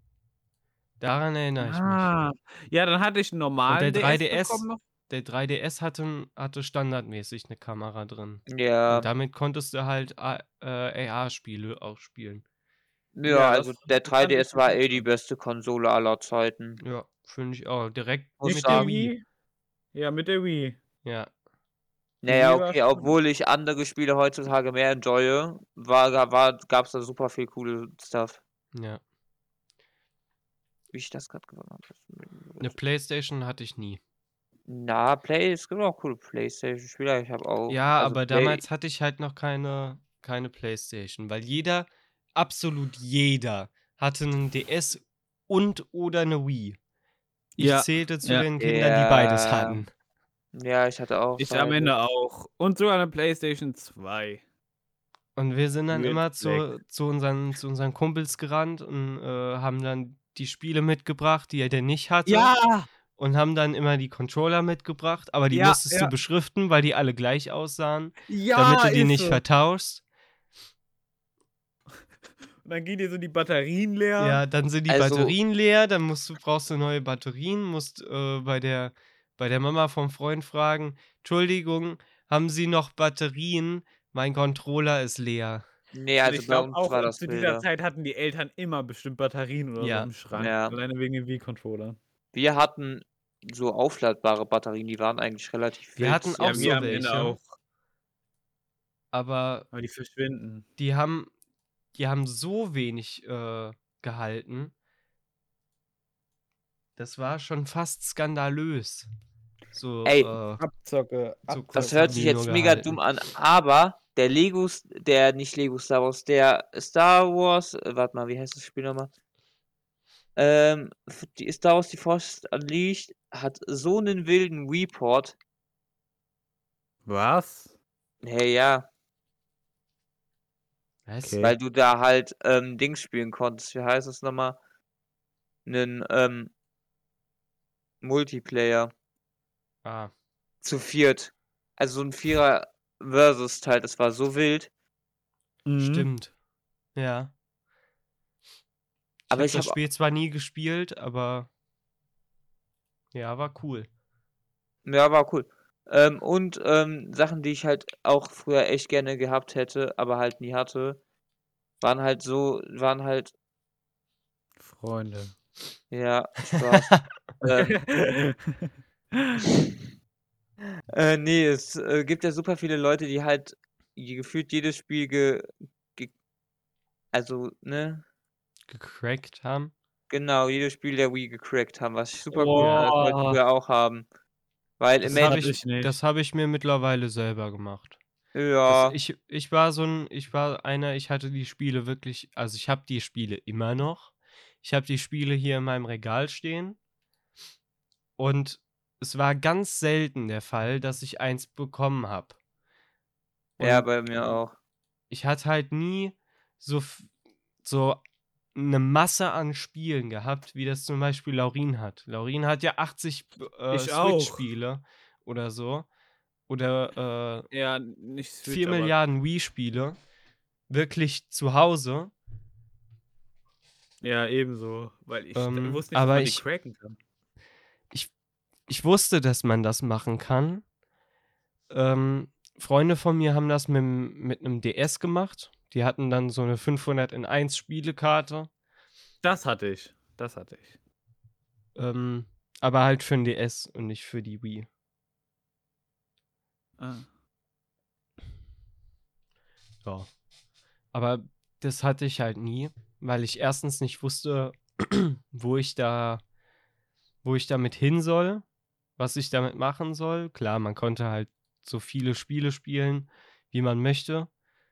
Daran erinnere ich mich. ah. Ja, dann hatte ich 'n Und der normalen D S 3DS bekommen noch. der 3DS hatte 'n hatte standardmäßig 'ne Kamera drin. Und Ja. damit konntest du halt A äh, A R-Spiele auch spielen. Ja, Ja, das also der das fand ich 3DS war eh die super. beste Konsole aller Zeiten. Ja, finde ich auch. Direkt Muss mit Mit der der sagen. Wii. Wii? Ja, mit der Wii. Ja. Na Die ja, Wii war okay, schon obwohl ich andere Spiele heutzutage mehr enjoye, war da war gab's da super viel coole Stuff. Ja. Wie ich das grad gewonnen habe. 'Ne Playstation hatte ich nie. Na, Play es gibt auch coole Playstation-Spieler. Ich habe auch Ja, also aber Play damals hatte ich halt noch keine keine Playstation, weil jeder absolut jeder hatte 'nen D S und oder 'ne Wii. Ich Ja, zählte zu ja. den Kindern, die beides Ja. hatten. Ja, ich hatte auch Ich am beides. Ende auch. Und sogar 'ne Playstation zwei. Und wir sind dann Mit immer Black. zu zu unseren zu unseren Kumpels gerannt und, äh, haben dann die Spiele mitgebracht, die er denn nicht hatte. Ja! Und haben dann immer die Controller mitgebracht, aber die Ja, musstest du ja. beschriften, weil die alle gleich aussahen, Ja, damit du die ist nicht so. vertauschst. Und dann gehen dir so die Batterien leer. Ja, dann sind die Also Batterien leer, dann musst du brauchst du neue Batterien, musst, äh, bei der bei der Mama vom Freund fragen: „Entschuldigung, haben Sie noch Batterien? Mein Controller ist leer.“ Ne, Und also ich bei glaube uns auch, war äh, das zu dieser wilder. Zeit hatten die Eltern immer bestimmt Batterien oder so Ja. im Schrank, Ja. alleine wegen den Wii-Controllern. Wir hatten so aufladbare Batterien, die waren eigentlich relativ Wir wild. hatten auch Ja, so wir am Ende welche. auch. aber Aber die verschwinden. die haben, die haben so wenig äh, gehalten. Das war schon fast skandalös. So, Ey, äh, Abzocke, so Abzocke. das kurz hört haben sich die nur jetzt mega gehalten. dumm an, aber der Lego, der, nicht Lego Star Wars, der Star Wars, äh, warte mal, wie heißt das Spiel nochmal? Ähm, f- die Star Wars The Force Unleashed hat so einen wilden Report. Was? Hey, ja, Was? Okay. weil du da halt ähm, Dings spielen konntest. Wie heißt das nochmal? Einen ähm, Multiplayer Ah, zu viert. Also so ein Vierer versus Teil, das war so wild. Mhm. stimmt. Ja. Ich Aber habe ich das habe Spiel zwar nie gespielt, aber ja, war cool. Ja, war cool. Ähm, und ähm, Sachen, die ich halt auch früher echt gerne gehabt hätte, aber halt nie hatte, waren halt so, waren halt, Freunde. ja, Spaß. ähm, äh, nee, es äh, gibt ja super viele Leute, die halt die gefühlt jedes Spiel ge, ge also, ne, Gecrackt haben. genau, jedes Spiel der Wii gecrackt haben, was ich super cool fand. Das wollte ich Boah. früher auch haben. Weil Das im habe hatte ich, ich nicht. das habe ich mir mittlerweile selber gemacht. Das, Ja, ich, ich war so ein, ich war einer, ich hatte die Spiele wirklich, also ich habe die Spiele immer noch. Ich habe die Spiele hier in meinem Regal stehen. Und es war ganz selten der Fall, dass ich eins bekommen habe. ja, Und bei mir auch. ich hatte halt nie so, f- so eine Masse an Spielen gehabt, wie das zum Beispiel Laurin hat. Laurin hat ja achtzig äh, Ich auch. Switch-Spiele oder so. Oder äh, Ja, nicht Switch, vier aber Milliarden Wii-Spiele. Wirklich zu Hause. ja, ebenso. Weil ich Ähm, wusste nicht, dass aber man die ich, cracken kann. ich, ich wusste, dass man das machen kann. Ähm, Freunde von mir haben das mit, mit einem D S gemacht. Die hatten dann so eine fünfhundert in eins Spielekarte. Das hatte ich. Das hatte ich. Ähm, aber halt für den D S und nicht für die Wii. Ah. Ja. Aber das hatte ich halt nie, weil ich erstens nicht wusste, wo ich da, wo ich damit hin soll, was ich damit machen soll. Klar, man konnte halt so viele Spiele spielen, wie man möchte.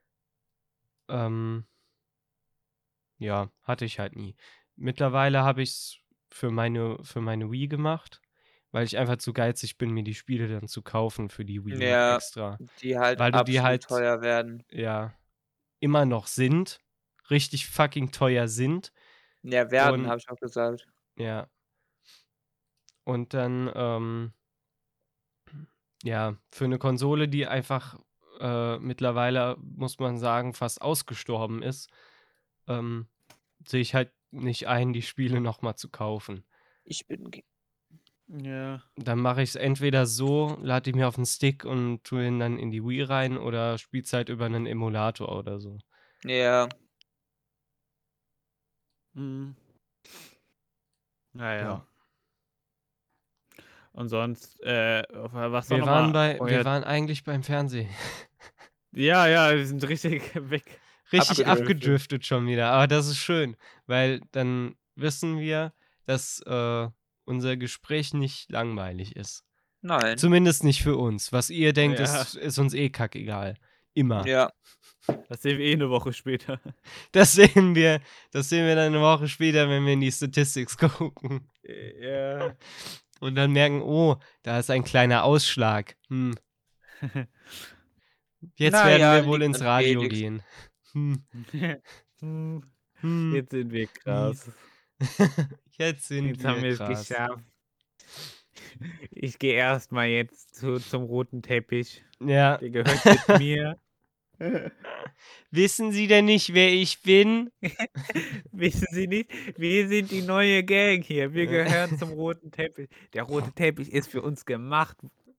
Ähm, ja, hatte ich halt nie. Mittlerweile habe ich es für meine, für meine Wii gemacht, weil ich einfach zu geizig bin, mir die Spiele dann zu kaufen für die Wii noch Ja, extra. die halt Weil du die absolut halt, teuer werden. ja, immer noch sind, richtig fucking teuer sind. Ja, werden, Und habe ich auch gesagt. ja, und dann, ähm, ja, für eine Konsole, die einfach äh, mittlerweile, muss man sagen, fast ausgestorben ist, ähm, sehe ich halt nicht ein, die Spiele nochmal zu kaufen. Ich bin ge Ja. Dann mache ich es entweder so, lade ich mir auf den Stick und tue ihn dann in die Wii rein oder spiel's halt über einen Emulator oder so. ja, Mhm. Naja. Ja. Und sonst, äh, was war Wir waren nochmal bei, wir euer. waren eigentlich beim Fernsehen. Ja, ja, wir sind richtig weg. Richtig Abgedriftet. abgedriftet schon wieder. Aber das ist schön, weil dann wissen wir, dass äh, unser Gespräch nicht langweilig ist. nein. Zumindest nicht für uns. Was ihr denkt, Ja. ist, ist uns eh kackegal. Immer. Ja, Das sehen wir eh eine Woche später. Das sehen wir, das sehen wir dann eine Woche später, wenn wir in die Statistics gucken. Ja. Und dann merken, oh, da ist ein kleiner Ausschlag. Hm. Jetzt Na werden ja, wir wohl liegt ins an Radio Felix. gehen. Hm. Hm, Hm. Jetzt sind wir krass. Jetzt sind Jetzt wir haben wir es krass. geschafft. Ich gehe erstmal jetzt zu, zum roten Teppich. Ja. Der gehört jetzt mir. Wissen Sie denn nicht, wer ich bin? Wissen Sie nicht? Wir sind die neue Gang hier. Wir gehören zum roten Teppich. Der rote Teppich ist für uns gemacht.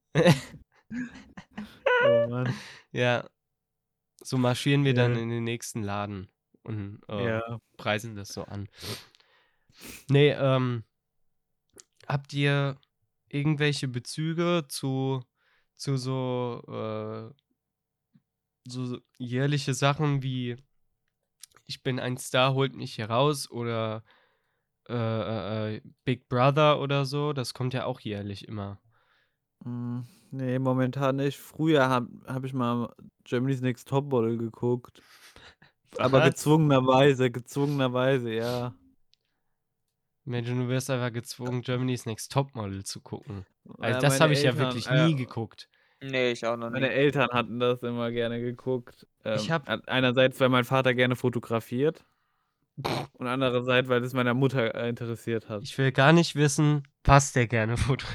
Oh Mann. Ja. So marschieren wir dann Ja. in den nächsten Laden und äh, Ja. preisen das so an. Nee, ähm, habt ihr irgendwelche Bezüge zu, zu so, äh, so jährliche Sachen wie Ich bin ein Star, holt mich hier raus oder äh, äh, äh, Big Brother oder so, das kommt ja auch jährlich immer. Hm, ne, momentan nicht. Früher habe habe ich mal Germany's Next Topmodel geguckt. Aber Was? gezwungenerweise, gezwungenerweise, ja. Mensch, du wirst einfach gezwungen, Germany's Next Topmodel zu gucken. Also Äh, das meine habe ich ja Eltern, wirklich äh nie geguckt. Nee, ich auch noch meine nie. Eltern hatten das immer gerne geguckt. Ich Ähm, habe a einerseits, weil mein Vater gerne fotografiert und andererseits, weil es meiner Mutter, äh, interessiert hat. Ich will gar nicht wissen, was der gerne foto.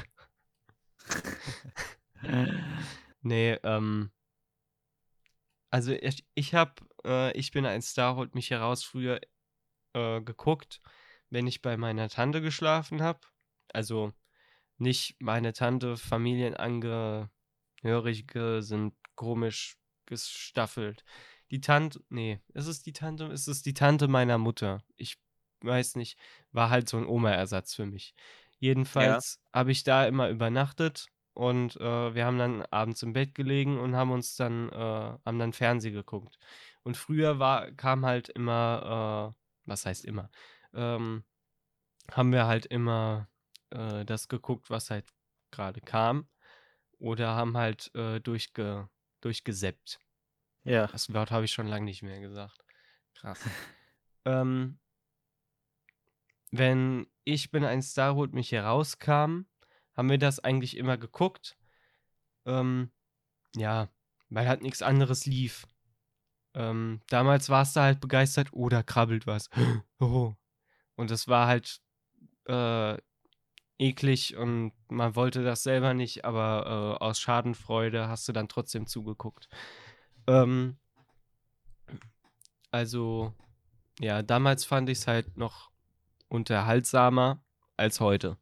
Nee, ähm. Also ich, ich habe äh, Ich bin ein Star, holt mich heraus früher äh, geguckt, wenn ich bei meiner Tante geschlafen habe. Also nicht meine Tante, Familienangehörige sind komisch gestaffelt. Die Tante, nee, ist es die Tante? Ist es die Tante meiner Mutter? Ich weiß nicht, war halt so ein Oma-Ersatz für mich. Ja. Jedenfalls habe ich da immer übernachtet und äh, wir haben dann abends im Bett gelegen und haben uns dann, äh, haben dann Fernsehen geguckt. Und früher war, kam halt immer, äh, was heißt immer, ähm, haben wir halt immer äh, das geguckt, was halt gerade kam. Oder haben halt äh, durchge, durchgeseppt. Ja. Das Wort habe ich schon lange nicht mehr gesagt. Krass. ähm, wenn Ich bin ein Star, holt mich herauskam, haben wir das eigentlich immer geguckt. Ähm, ja, weil halt nichts anderes lief. Ähm, damals warst du halt begeistert, oh, da krabbelt was. Oh. Und das war halt äh, eklig und man wollte das selber nicht, aber äh, aus Schadenfreude hast du dann trotzdem zugeguckt. Ähm, also, ja, damals fand ich es halt noch unterhaltsamer als heute.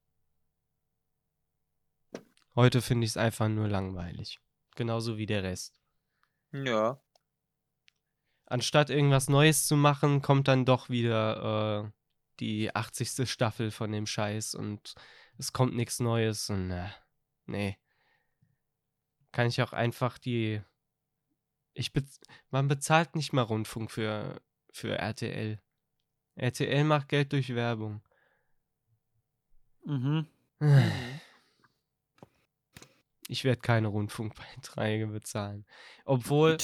Heute finde ich es einfach nur langweilig. Genauso wie der Rest. Ja. Anstatt irgendwas Neues zu machen, kommt dann doch wieder äh, die achtzigste Staffel von dem Scheiß und es kommt nichts Neues und äh, nee. Kann ich auch einfach die. Ich bez Man bezahlt nicht mal Rundfunk für, für R T L. R T L macht Geld durch Werbung. Mhm. Mhm. Ich werde keine Rundfunkbeiträge bezahlen. Obwohl,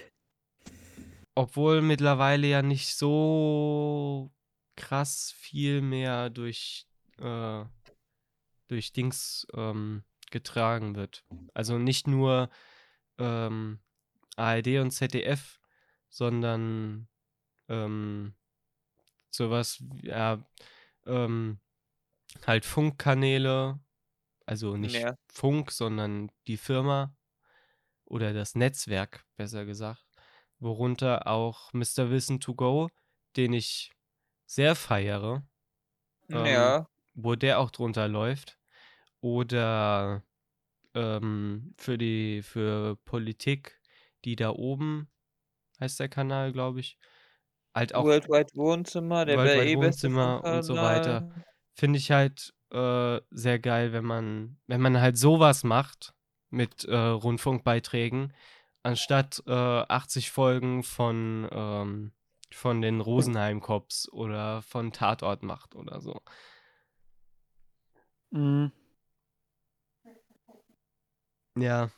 obwohl mittlerweile ja nicht so krass viel mehr durch, äh, durch Dings ähm, getragen wird. Also nicht nur ähm, A R D und Z D F, sondern ähm, sowas, wie, ja, ähm, halt Funkkanäle, also nicht Ja. Funk, sondern die Firma oder das Netzwerk, besser gesagt, worunter auch Mister Wissen to go, den ich sehr feiere, ähm, Ja. wo der auch drunter läuft, oder ähm, für die für Politik, die da oben heißt der Kanal, glaube ich, halt auch Worldwide Wohnzimmer, der be Worldwide eh beste Wohnzimmer und so weiter. Funkkanal. Finde ich halt äh, sehr geil, wenn man, wenn man halt sowas macht mit äh, Rundfunkbeiträgen, anstatt äh, achtzig Folgen von, ähm, von den Rosenheim-Cops oder von Tatort macht oder so. Mhm. Ja.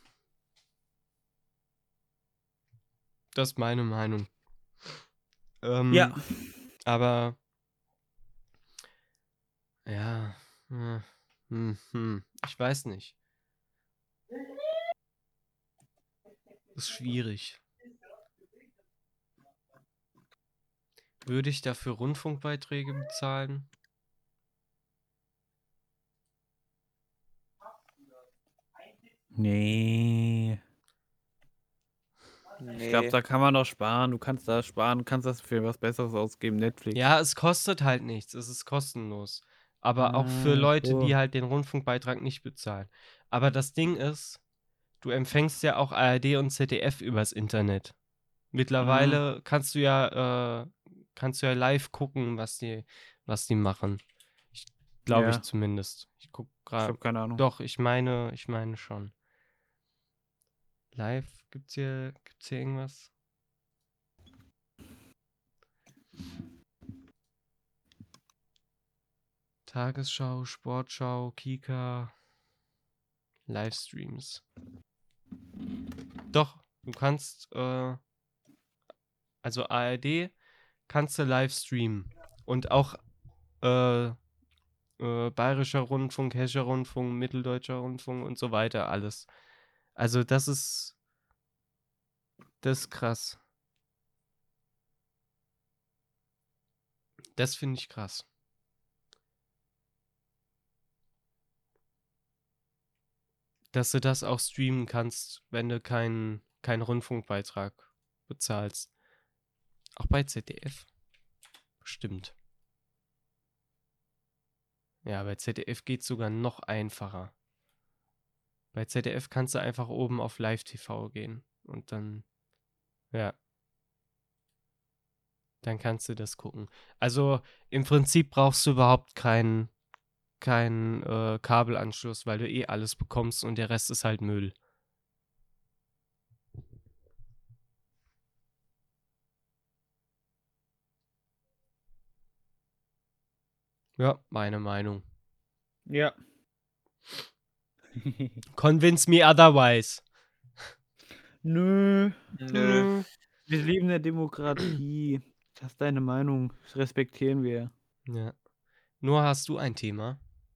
Das ist meine Meinung. Ähm, Ja. Aber ja, hm, hm, hm, ich weiß nicht. Ist schwierig. Würde ich dafür Rundfunkbeiträge bezahlen? Ne. Ich glaube, Nee. da kann man noch sparen. Du kannst da sparen, du kannst das für was Besseres ausgeben, Netflix. Ja, es kostet halt nichts. Es ist kostenlos. Aber auch für Ah, Leute, die so. halt den Rundfunkbeitrag nicht bezahlen. Aber das Ding ist, du empfängst ja auch A R D und Z D F übers Internet. Mhm. Mittlerweile kannst du ja, äh, kannst du ja live gucken, was die, was die machen. Ich glaube ich Ja. zumindest. Ich guck Ich gerade. habe keine Ahnung. Doch, ich meine, ich meine schon. Live Gibt's hier, gibt's hier irgendwas? Tagesschau, Sportschau, Kika, Livestreams. Doch, du kannst, äh, also A R D kannst du live streamen. Und auch äh, äh, Bayerischer Rundfunk, Hessischer Rundfunk, Mitteldeutscher Rundfunk und so weiter, alles. Also das ist, das ist krass. Das finde ich krass. Dass du das auch streamen kannst, wenn du keinen keinen Rundfunkbeitrag bezahlst. Auch bei Z D F. Bestimmt. Ja, bei Z D F geht es sogar noch einfacher. Bei Z D F kannst du einfach oben auf Live-T V gehen und dann, ja, dann kannst du das gucken. Also im Prinzip brauchst du überhaupt keinen keinen äh, Kabelanschluss, weil du eh alles bekommst und der Rest ist halt Müll. Ja, meine Meinung. Ja. Convince me otherwise. Nö. Nö. Wir leben in der Demokratie. Das ist deine Meinung. Das respektieren wir. Ja. Nur hast du ein Thema?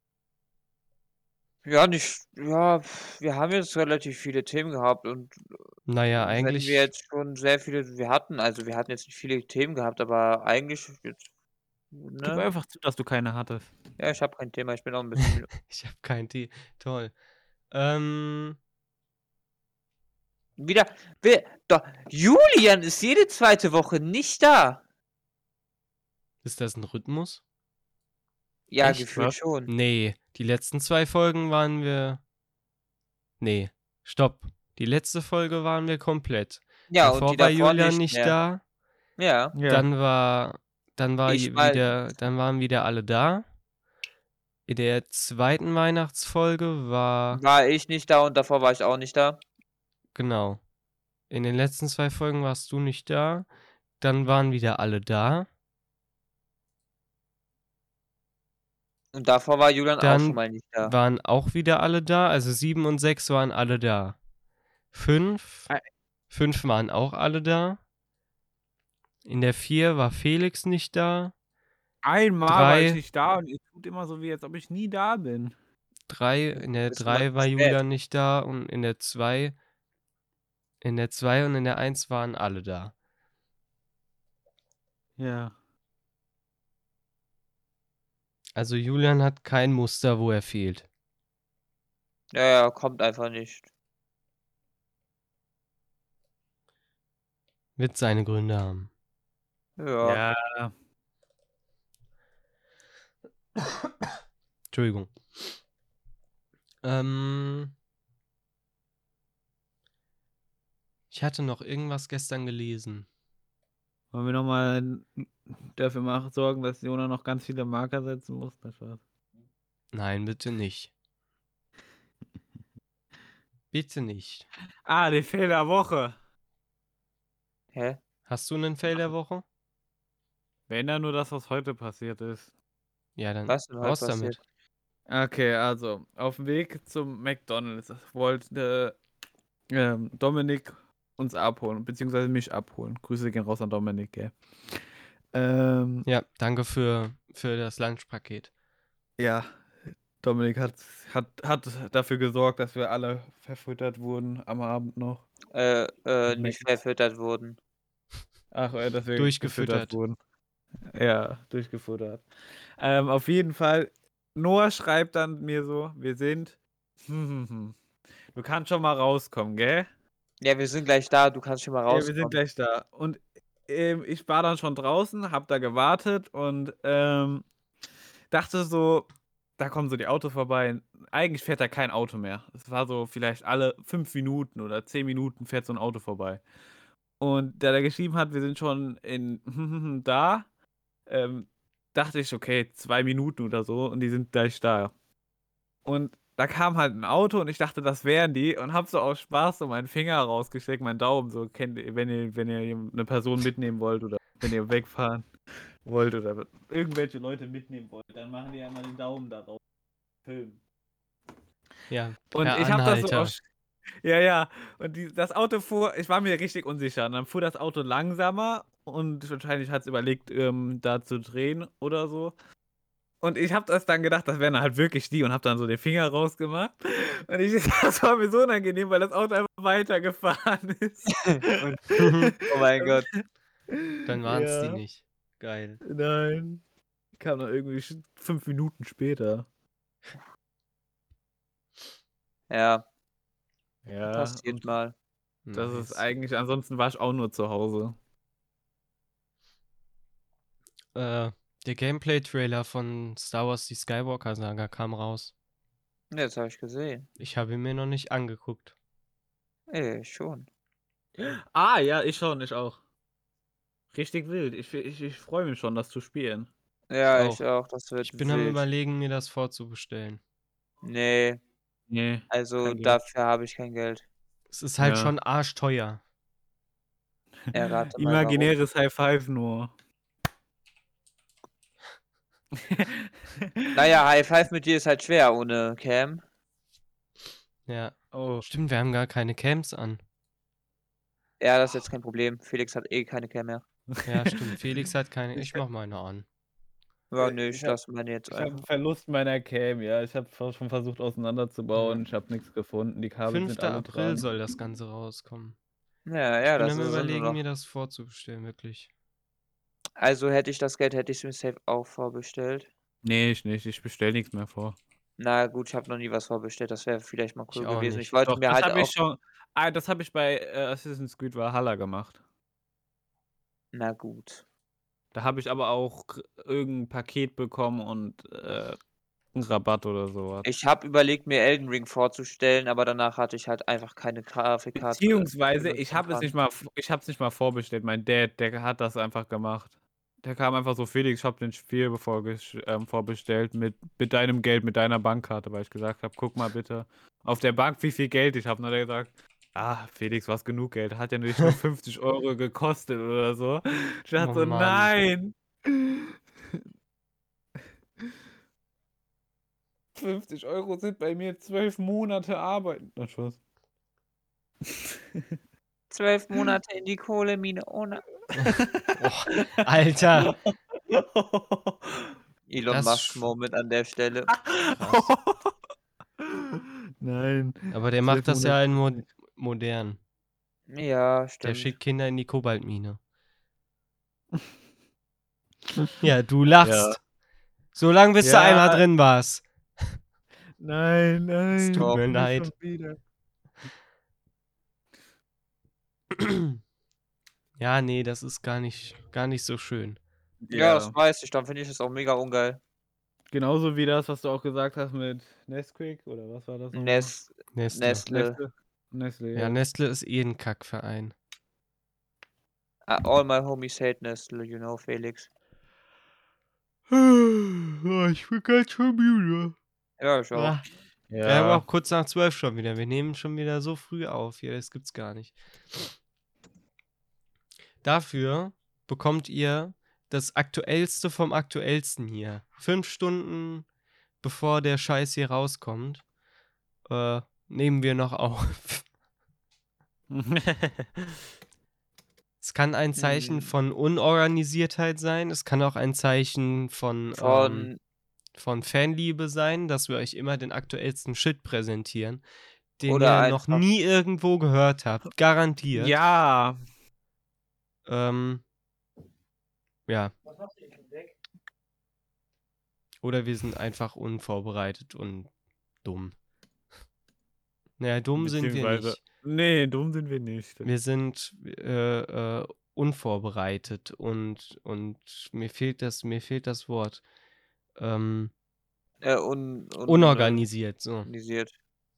Ja, nicht. Ja, pf, wir haben jetzt relativ viele Themen gehabt und Naja, wenn eigentlich. wir jetzt schon sehr viele, wir hatten, also wir hatten jetzt nicht viele Themen gehabt, aber eigentlich jetzt, Gib ne? einfach zu, dass du keine hattest. Ja, ich habe kein Thema, ich bin auch ein bisschen müde. Ich habe kein Tee. Toll. Ähm, Wieder, wer, doch, Julian ist jede zweite Woche nicht da. ist das ein Rhythmus? Ja, Echt, gefühlt was? schon. Nee, die letzten zwei Folgen waren wir. Nee, stopp. Die letzte Folge waren wir komplett. Ja, davor und die war davor Julian nicht nicht mehr. da. Ja. Ja. Dann war, dann war Ich je- war- wieder, dann waren wieder alle da. In der zweiten Weihnachtsfolge war, War ich nicht da und davor war ich auch nicht da. genau. In den letzten zwei Folgen warst du nicht da. Dann waren wieder alle da. Und davor war Julian auch Dann schon mal nicht da. waren auch wieder alle da. Also sieben und sechs waren alle da. Fünf, Ei. fünf waren auch alle da. In der vier war Felix nicht da. Einmal war Drei- ich nicht da und ihr tut immer so, wie als ob ich nie da bin. Drei, in der bist drei immer war zu spät. Julian nicht da und in der zwei, in der zwei und in der eins waren alle da. Ja. Also Julian hat kein Muster, wo er fehlt. Ja, ja, kommt einfach nicht. Wird seine Gründe haben. Ja. Ja. Entschuldigung. Ähm, ich hatte noch irgendwas gestern gelesen. Wollen wir nochmal dafür machen, sorgen, dass Jona noch ganz viele Marker setzen muss? Das war's. Nein, bitte nicht. Bitte nicht. Ah, der Fail der Woche. Hä? Hast du einen Fail der Woche? Wenn da nur das, was heute passiert ist. Ja, dann Was denn heute raus damit. Okay, also auf dem Weg zum McDonald's wollte ähm, Dominik uns abholen, beziehungsweise mich abholen. Grüße gehen raus an Dominik, gell? Ähm, Ja, danke für, für das Lunchpaket. ja, Dominik hat, hat, hat dafür gesorgt, dass wir alle verfüttert wurden am Abend noch. Äh, äh, Mac- nicht verfüttert wurden. Ach, äh, dass wir Durchgefüttert. gefüttert wurden. Ja, durchgefuttert. Ähm, auf jeden Fall, Noah schreibt dann mir so, wir sind, du kannst schon mal rauskommen, gell? Ja, wir sind gleich da, du kannst schon mal Ja, wir rauskommen. sind gleich da. Und ähm, ich war dann schon draußen, hab da gewartet und ähm, dachte so, da kommen so die Autos vorbei. Eigentlich fährt da kein Auto mehr. Es war so vielleicht alle fünf Minuten oder zehn Minuten fährt so ein Auto vorbei. Und der da geschrieben hat, wir sind schon in da, ähm, dachte ich, okay, zwei Minuten oder so und die sind gleich da. Und da kam halt ein Auto und ich dachte, das wären die und habe so aus Spaß so meinen Finger rausgestreckt, meinen Daumen, so kennt ihr, wenn ihr, wenn ihr eine Person mitnehmen wollt oder wenn ihr wegfahren wollt oder irgendwelche Leute mitnehmen wollt, dann machen die ja mal den Daumen da raus. Filmen. Ja, Und per ich habe das so Anhalter. aus. Ja, ja. Und die, das Auto fuhr, ich war mir richtig unsicher. Und dann fuhr das Auto langsamer und wahrscheinlich hat es überlegt, ähm, da zu drehen oder so. Und ich habe das dann gedacht, das wären halt wirklich die und habe dann so den Finger rausgemacht. Und ich, das war mir so unangenehm, weil das Auto einfach weitergefahren ist. Und Oh mein Gott. Dann waren es die ja, nicht. Geil. nein. Kam dann irgendwie sch- fünf Minuten später. Ja, Ja, passiert und mal. das ist Nice. eigentlich, ansonsten war ich auch nur zu Hause. Äh, der Gameplay-Trailer von Star Wars die Skywalker-Saga kam raus. Ja, das habe ich gesehen. Ich habe ihn mir noch nicht angeguckt. Ey, schon. Ah, ja, ich schon, ich auch. Richtig wild. Ich, ich, ich freue mich schon, das zu spielen. Ja, auch. ich auch. Das wird Ich bin am wild. Überlegen, mir das vorzubestellen. Nee, Nee. also kein Geld. dafür habe ich kein Geld. Es ist halt Ja. schon arschteuer. Errate mal warum. Imaginäres High Five nur. Naja, High Five mit dir ist halt schwer ohne Cam. Ja. Oh. Stimmt, wir haben gar keine Cams an. Ja, das ist jetzt kein Problem. Felix hat eh keine Cam mehr. Ja, stimmt. Felix hat keine. Ich mach meine an. Ja, Äh, nö, ich ich hab- lasse meine jetzt Ich habe einfach. Verlust meiner Cam, ja. Ich habe schon versucht auseinanderzubauen. Ja. Ich habe nichts gefunden. Die Kabel sind fünfter alle April dran. soll das Ganze rauskommen. Ja, Ich ja, bin das am ist also Überlegen, noch. mir das vorzubestellen, wirklich. Also hätte ich das Geld, hätte ich es mir safe auch vorbestellt. Nee, ich nicht. Ich bestelle nichts mehr vor. Na gut, ich habe noch nie was vorbestellt. Das wäre vielleicht mal Ich cool auch gewesen. nicht. Ich wollte Doch, mir das halt habe auch. ich schon. Ah, das habe ich bei äh, Assassin's Creed Valhalla gemacht. Na gut. Da habe ich aber auch irgendein Paket bekommen und äh, einen Rabatt oder sowas. Ich habe überlegt, mir Elden Ring vorzustellen, aber danach hatte ich halt einfach keine Grafikkarte. Beziehungsweise, die ich man habe es kann. nicht mal, ich habe es nicht mal vorbestellt. Mein Dad, der hat das einfach gemacht. Der kam einfach so, Felix, ich habe den Spiel bevor ähm, vorbestellt mit, mit deinem Geld, mit deiner Bankkarte, weil ich gesagt habe, guck mal bitte auf der Bank, wie viel Geld ich habe. Und dann hat er gesagt, ah, Felix, was genug Geld, hat ja nicht nur fünfzig Euro gekostet oder so. Ich dachte Oh so, Mann. nein. fünfzig Euro sind bei mir zwölf Monate Arbeiten. Na, Spaß. Zwölf Monate in die Kohlemine ohne. Oh, Alter. Elon Das Musk sch- Moment an der Stelle. Krass. Nein. Aber der zwölf macht das ja Monate in mo nicht. modern. Ja, Der stimmt. schickt Kinder in die Kobaltmine. Ja, du lachst. So lange, bis du einmal Ja. drin warst. Nein, nein. tut mir nicht leid. schon wieder. Ja, nee, das ist gar nicht, gar nicht so schön. Ja, das weiß ich. Dann finde ich es auch mega ungeil. Genauso wie das, was du auch gesagt hast mit Nesquik, oder was war das nochmal? Nest Nestle. Nestle. Nestle. Nestle, Ja, ja. Nestle ist eh ein Kackverein. Uh, all my homies hate Nestle, you know, Felix. Oh, ich bin ganz schon müde. Ja, ich auch. Ja. Wir haben auch kurz nach zwölf schon wieder. Wir nehmen schon wieder so früh auf hier, das gibt's gar nicht. Dafür bekommt ihr das Aktuellste vom Aktuellsten hier. Fünf Stunden bevor der Scheiß hier rauskommt, äh, nehmen wir noch auf. Es kann ein Zeichen Hm. von Unorganisiertheit sein. Es kann auch ein Zeichen von, ähm, Von. von Fanliebe sein, dass wir euch immer den aktuellsten Shit präsentieren, den Oder ihr noch einfach- nie irgendwo gehört habt. Garantiert. Ja. Ähm, ja. Oder wir sind einfach unvorbereitet und dumm. Naja, dumm sind wir Beziehungsweise- nicht. Nee, dumm sind wir nicht. Wir sind äh, äh, unvorbereitet und, und mir fehlt das, mir fehlt das Wort. Ähm, Äh, un, un, unorganisiert, so. Organisiert.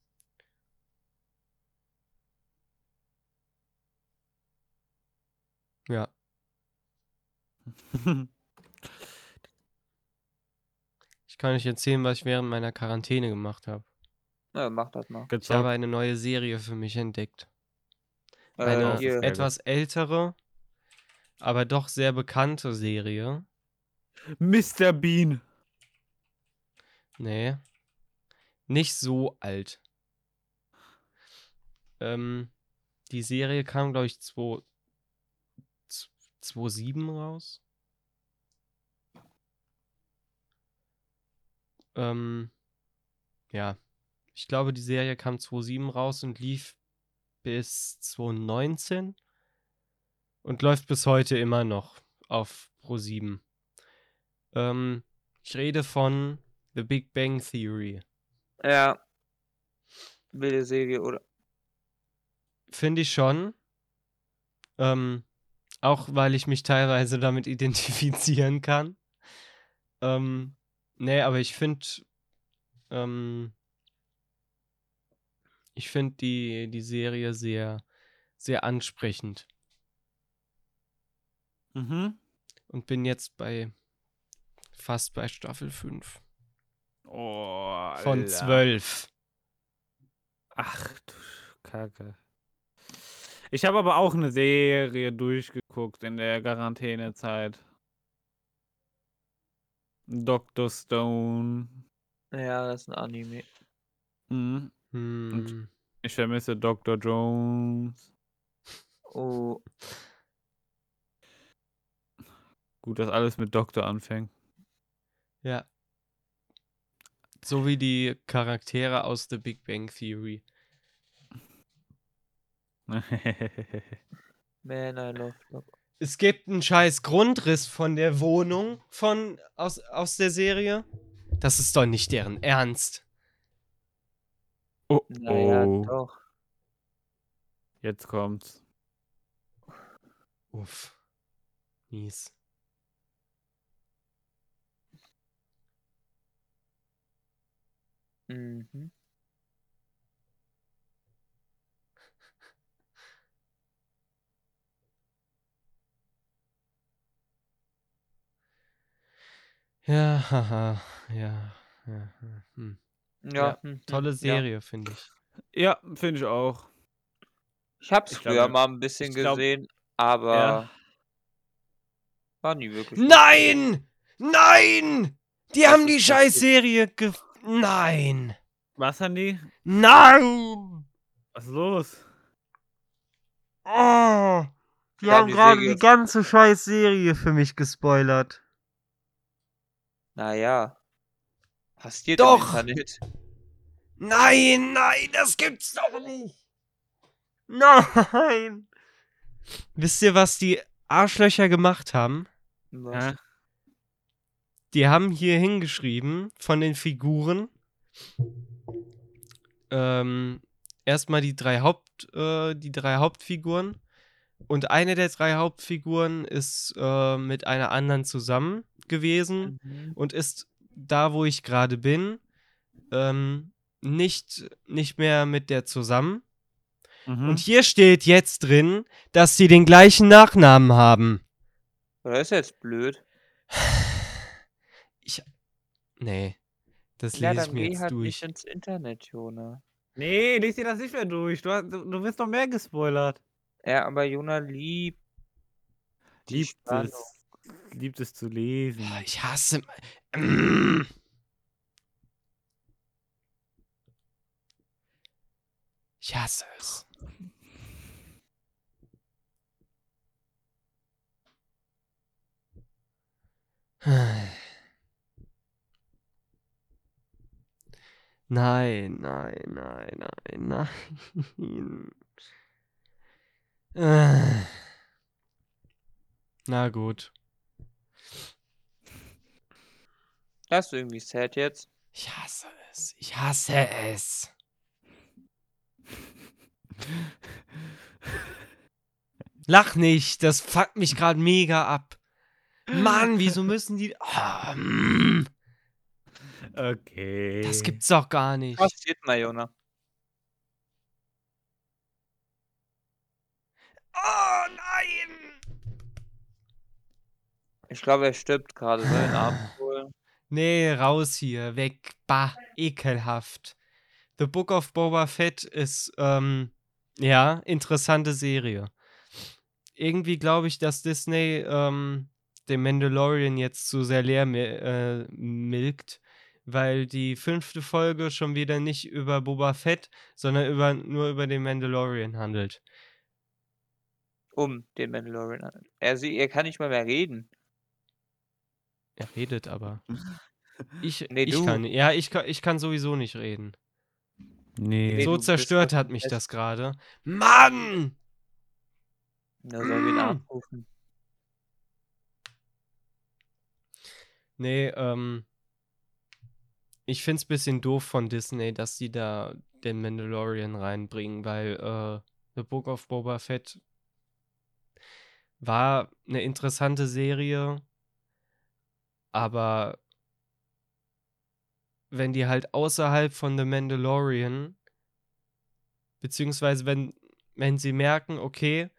Ja. Ich kann euch erzählen, was ich während meiner Quarantäne gemacht habe. Ja, mach das mal. Ich habe Gezockt. eine neue Serie für mich entdeckt. Äh, Eine auf hier. Sehr gut. etwas ältere, aber doch sehr bekannte Serie. Mister Bean. Nee, nicht so alt. Ähm, die Serie kam, glaube ich, zwei- z- zweitausendsieben raus. Ähm, ja, ich glaube, die Serie kam zweitausendsieben raus und lief bis zweitausendneunzehn und läuft bis heute immer noch auf ProSieben. Ähm, ich rede von The Big Bang Theory. Ja. Wilde Serie, oder? Finde ich schon. Ähm, auch weil ich mich teilweise damit identifizieren kann. Ähm, nee, aber ich finde, ähm, ich finde die, die Serie sehr, sehr ansprechend. Mhm. Und bin jetzt bei fast bei Staffel fünf. Oh, Von Alter. zwölf. Ach du Kacke. Ich habe aber auch eine Serie durchgeguckt in der Quarantänezeit. Doktor Stone. Ja, das ist ein Anime. Mhm. Hm. Ich vermisse Doktor Jones. Oh, Gut, dass alles mit Doktor anfängt. Ja. So wie die Charaktere aus The Big Bang Theory. man, I love Doc. Es gibt einen scheiß Grundriss von der Wohnung von, aus, aus der Serie. Das ist doch nicht deren Ernst. Oh, Naja, oh. doch. Jetzt kommt's. Uff. Mies. Mhm. Ja, haha. Ja. Ja, hm. Ja, Ja, hm, hm, tolle ja. Serie, finde ich. Ja, finde ich auch. Ich hab's Ich früher glaube, mal ein bisschen ich glaub- gesehen, aber Ja. war nie wirklich gut. Nein! Nein! Die Was haben die ist scheiß passiert? Serie ge... Nein! Was, Handy? Nein! Was ist los? Oh! Die Wir haben haben die gerade Serie die ganze scheiß Serie für mich gespoilert. Naja. Passiert Doch! im Internet. Nein, nein, das gibt's doch nicht! Nein! Wisst ihr, was die Arschlöcher gemacht haben? Was? Hä? Die haben hier hingeschrieben von den Figuren. Ähm, erstmal die drei Haupt, äh, die drei Hauptfiguren. Und eine der drei Hauptfiguren ist äh, mit einer anderen zusammen gewesen Mhm. und ist da, wo ich gerade bin, ähm, nicht, nicht mehr mit der zusammen. Mhm. Und hier steht jetzt drin, dass sie den gleichen Nachnamen haben. Das ist jetzt blöd. Ich. Nee. Das Ja, lese ich dann mir geh jetzt halt durch. nicht ins Internet, Jona. Nee, lies dir das nicht mehr durch. Du, hast- du, du wirst noch mehr gespoilert. Ja, aber Jona liebt die Liebt Spannung. es. Liebt es zu lesen. Ich hasse. Mm. Ich hasse es. Nein, nein, nein, nein, nein. Äh. Na gut. Das ist irgendwie sad jetzt. Ich hasse es. Ich hasse es. Lach nicht, das fuckt mich gerade mega ab. Mann, wieso müssen die. Oh, mm, Okay. das gibt's doch gar nicht. Passiert mal, Jona. Oh nein! Ich glaube, er stirbt gerade. Soll den Arm holen? Nee, raus hier, weg. Bah, ekelhaft. The Book of Boba Fett ist, ähm, ja, interessante Serie. Irgendwie glaube ich, dass Disney ähm, den Mandalorian jetzt zu sehr leer mi- äh, milkt, weil die fünfte Folge schon wieder nicht über Boba Fett, sondern über, nur über den Mandalorian handelt. Um den Mandalorian. Er, sie, er kann nicht mal mehr reden. Er redet aber. Ich, Nee, ich du. kann, ja, ich kann, ich kann sowieso nicht reden. Nee. Nee, So du bist zerstört halt hat ein mich Pest. das gerade. Mann! Da sollen wir ihn Mm. abrufen. Nee, ähm, ich find's bisschen doof von Disney, dass sie da den Mandalorian reinbringen, weil äh, The Book of Boba Fett war eine interessante Serie, aber wenn die halt außerhalb von The Mandalorian, beziehungsweise wenn, wenn sie merken, okay,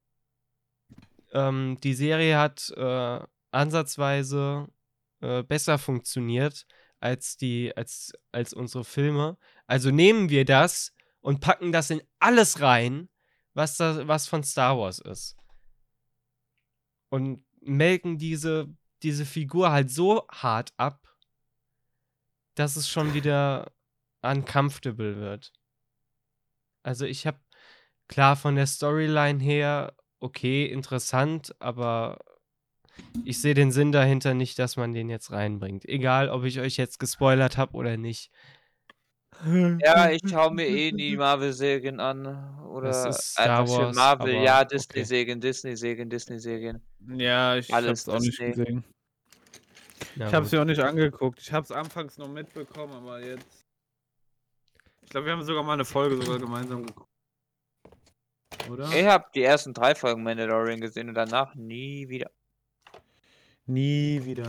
ähm, die Serie hat äh, ansatzweise äh, besser funktioniert als die, als, als unsere Filme. Also nehmen wir das und packen das in alles rein, was, da, was von Star Wars ist. Und melken diese, diese Figur halt so hart ab, dass es schon wieder uncomfortable wird. Also ich habe klar von der Storyline her, okay, interessant, aber ich sehe den Sinn dahinter nicht, dass man den jetzt reinbringt. Egal, ob ich euch jetzt gespoilert habe oder nicht. Ja, ich schaue mir eh die Marvel-Serien an. Das Oder ist Star einfach schön Wars, Marvel. aber Ja, okay. Disney-Serien, Disney-Serien, Disney-Serien. Ja, ich Alles hab's auch nicht Disney. gesehen. Na Ich hab's gut. mir auch nicht angeguckt. Ich hab's anfangs noch mitbekommen, aber jetzt. Ich glaube, wir haben sogar mal eine Folge sogar gemeinsam geguckt. Oder? Ich habe die ersten drei Folgen Mandalorian gesehen und danach nie wieder. Nie wieder.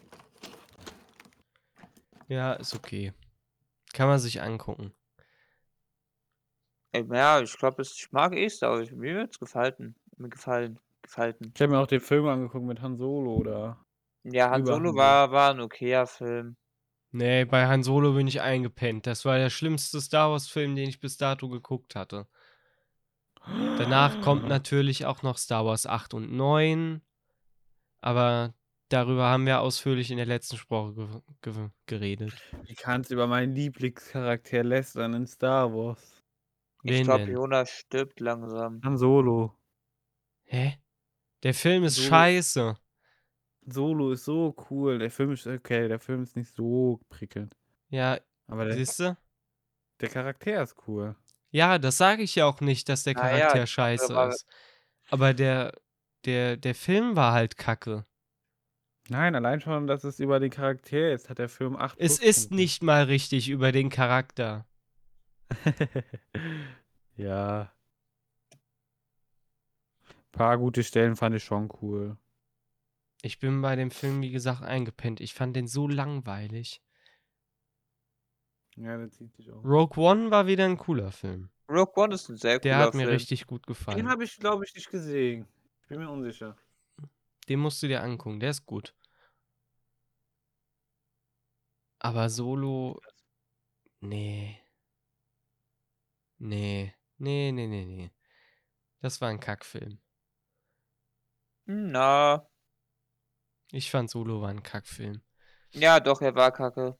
Ja, ist okay. Kann man sich angucken. Ey, Ja, ich glaube, ich mag eh Star Wars. Mir wird's gefallen. Mir gefallen. Gefallen. Ich habe mir auch den Film angeguckt mit Han Solo da. Ja, Han Über Solo Han war, war ein okayer Film. Nee, bei Han Solo bin ich eingepennt. Das war der schlimmste Star Wars-Film, den ich bis dato geguckt hatte. Danach kommt natürlich auch noch Star Wars acht und neun. Aber darüber haben wir ausführlich in der letzten Sprache ge ge geredet. Wie kannst du über meinen Lieblingscharakter lästern in Star Wars? Ich Wen glaube, denn? Jonas stirbt langsam. Han Solo. Hä? Der Film ist Solo. scheiße. Solo ist so cool. Der Film ist okay, der Film ist nicht so prickelnd. Ja, Aber der, siehste? der Charakter ist cool. Ja, das sage ich ja auch nicht, dass der Naja, Charakter die scheiße Sache war- ist. Aber der, der, der Film war halt kacke. Nein, allein schon, dass es über den Charakter ist, hat der Film acht Es Pluspunkte. ist nicht mal richtig über den Charakter. Ja. Ein paar gute Stellen fand ich schon cool. Ich bin bei dem Film, wie gesagt, eingepennt. Ich fand den so langweilig. Ja, der zieht sich auch. Rogue One war wieder ein cooler Film. Rogue One ist ein sehr Der cooler hat mir Film. richtig gut Den gefallen. habe ich, glaube ich, nicht gesehen. Ich bin mir unsicher. Den musst du dir angucken, der ist gut. Aber Solo. Nee. Nee. Nee, nee, nee, nee. Das war ein Kackfilm. Na, Ich fand Solo war ein Kackfilm. ja, doch, er war kacke.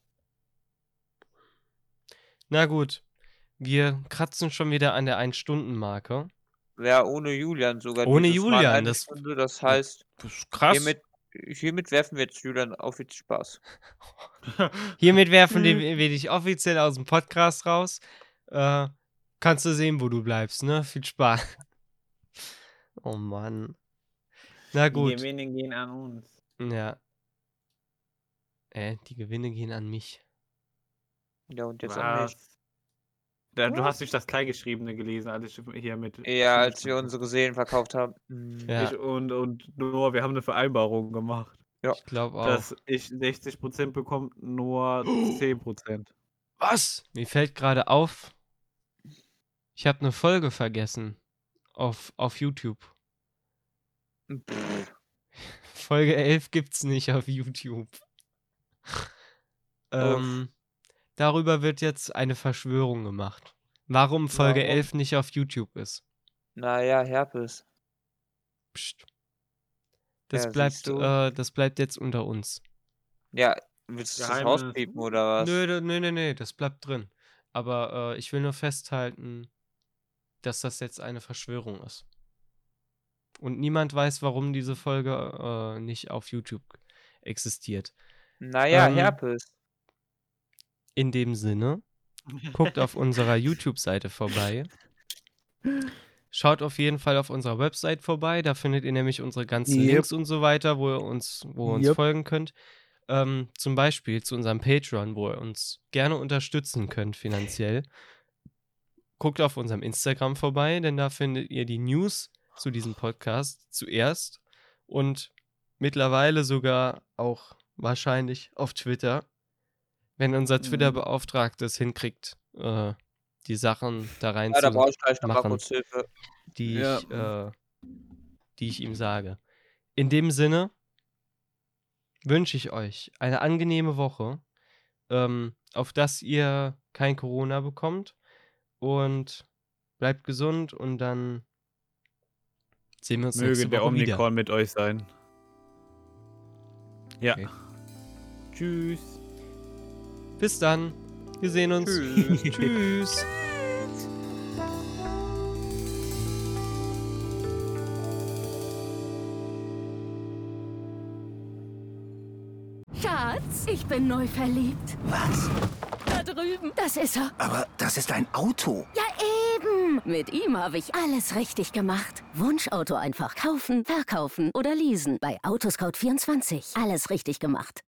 Na gut. Wir kratzen schon wieder an der ein-Stunden-Marke. Ja, ohne Julian sogar. Ohne dieses Mal Julian, eine das- Stunde, das heißt, Das ist krass. hiermit, hiermit werfen wir jetzt Julian auf viel Spaß. Hiermit werfen wir wir dich offiziell aus dem Podcast raus. Äh, kannst du sehen, wo du bleibst, ne? Viel Spaß. Oh Mann. Na Die gut. Gewinne gehen an uns. Ja. Äh, die Gewinne gehen an mich. Ja, und jetzt an mich. Was? Da, du hast nicht das Kleingeschriebene gelesen, als ich hier mit. Ja, als wir unsere Seelen verkauft haben. Hm. Ja, Ich und, und Noah, wir haben eine Vereinbarung gemacht. ich glaube auch. Dass ich sechzig Prozent bekomme, nur zehn Prozent. Was? Mir fällt gerade auf, ich habe eine Folge vergessen. Auf, auf YouTube. Pff, Folge elf gibt's nicht auf YouTube. ähm, darüber wird jetzt eine Verschwörung gemacht. Warum Folge Warum? elf nicht auf YouTube ist. Naja, Herpes. Psst. Das Ja, bleibt, siehst du. äh, das bleibt jetzt unter uns. Ja, willst du das Geheimnis. rauspiepen oder was? Nö, da- nö, nö, nö, das bleibt drin. Aber äh, ich will nur festhalten, dass das jetzt eine Verschwörung ist. Und niemand weiß, warum diese Folge äh, nicht auf YouTube existiert. Naja, Ähm, Herpes. In dem Sinne, guckt auf unserer YouTube-Seite vorbei. Schaut auf jeden Fall auf unserer Website vorbei. Da findet ihr nämlich unsere ganzen Yep. Links und so weiter, wo ihr uns, wo ihr uns Yep. folgen könnt. Ähm, zum Beispiel zu unserem Patreon, wo ihr uns gerne unterstützen könnt finanziell. Guckt auf unserem Instagram vorbei, denn da findet ihr die News zu diesem Podcast zuerst und mittlerweile sogar auch wahrscheinlich auf Twitter, wenn unser Mhm. Twitter-Beauftragter es hinkriegt, äh, die Sachen da rein Ja, da zu brauche ich gleich nochmal machen, kurz Hilfe. die Ja. ich, äh, die ich ihm sage. In dem Sinne wünsche ich euch eine angenehme Woche, ähm, auf dass ihr kein Corona bekommt und bleibt gesund und dann sehen wir uns Möge nächste der Woche wieder. Omikron mit euch sein. Ja. Okay. Tschüss. Bis dann. Wir sehen uns. Tschüss. Tschüss. Schatz, ich bin neu verliebt. Was? Da drüben. Das ist er. Aber das ist ein Auto. Ja, eben. Mit ihm habe ich alles richtig gemacht. Wunschauto einfach kaufen, verkaufen oder leasen. Bei Autoscout vierundzwanzig. Alles richtig gemacht.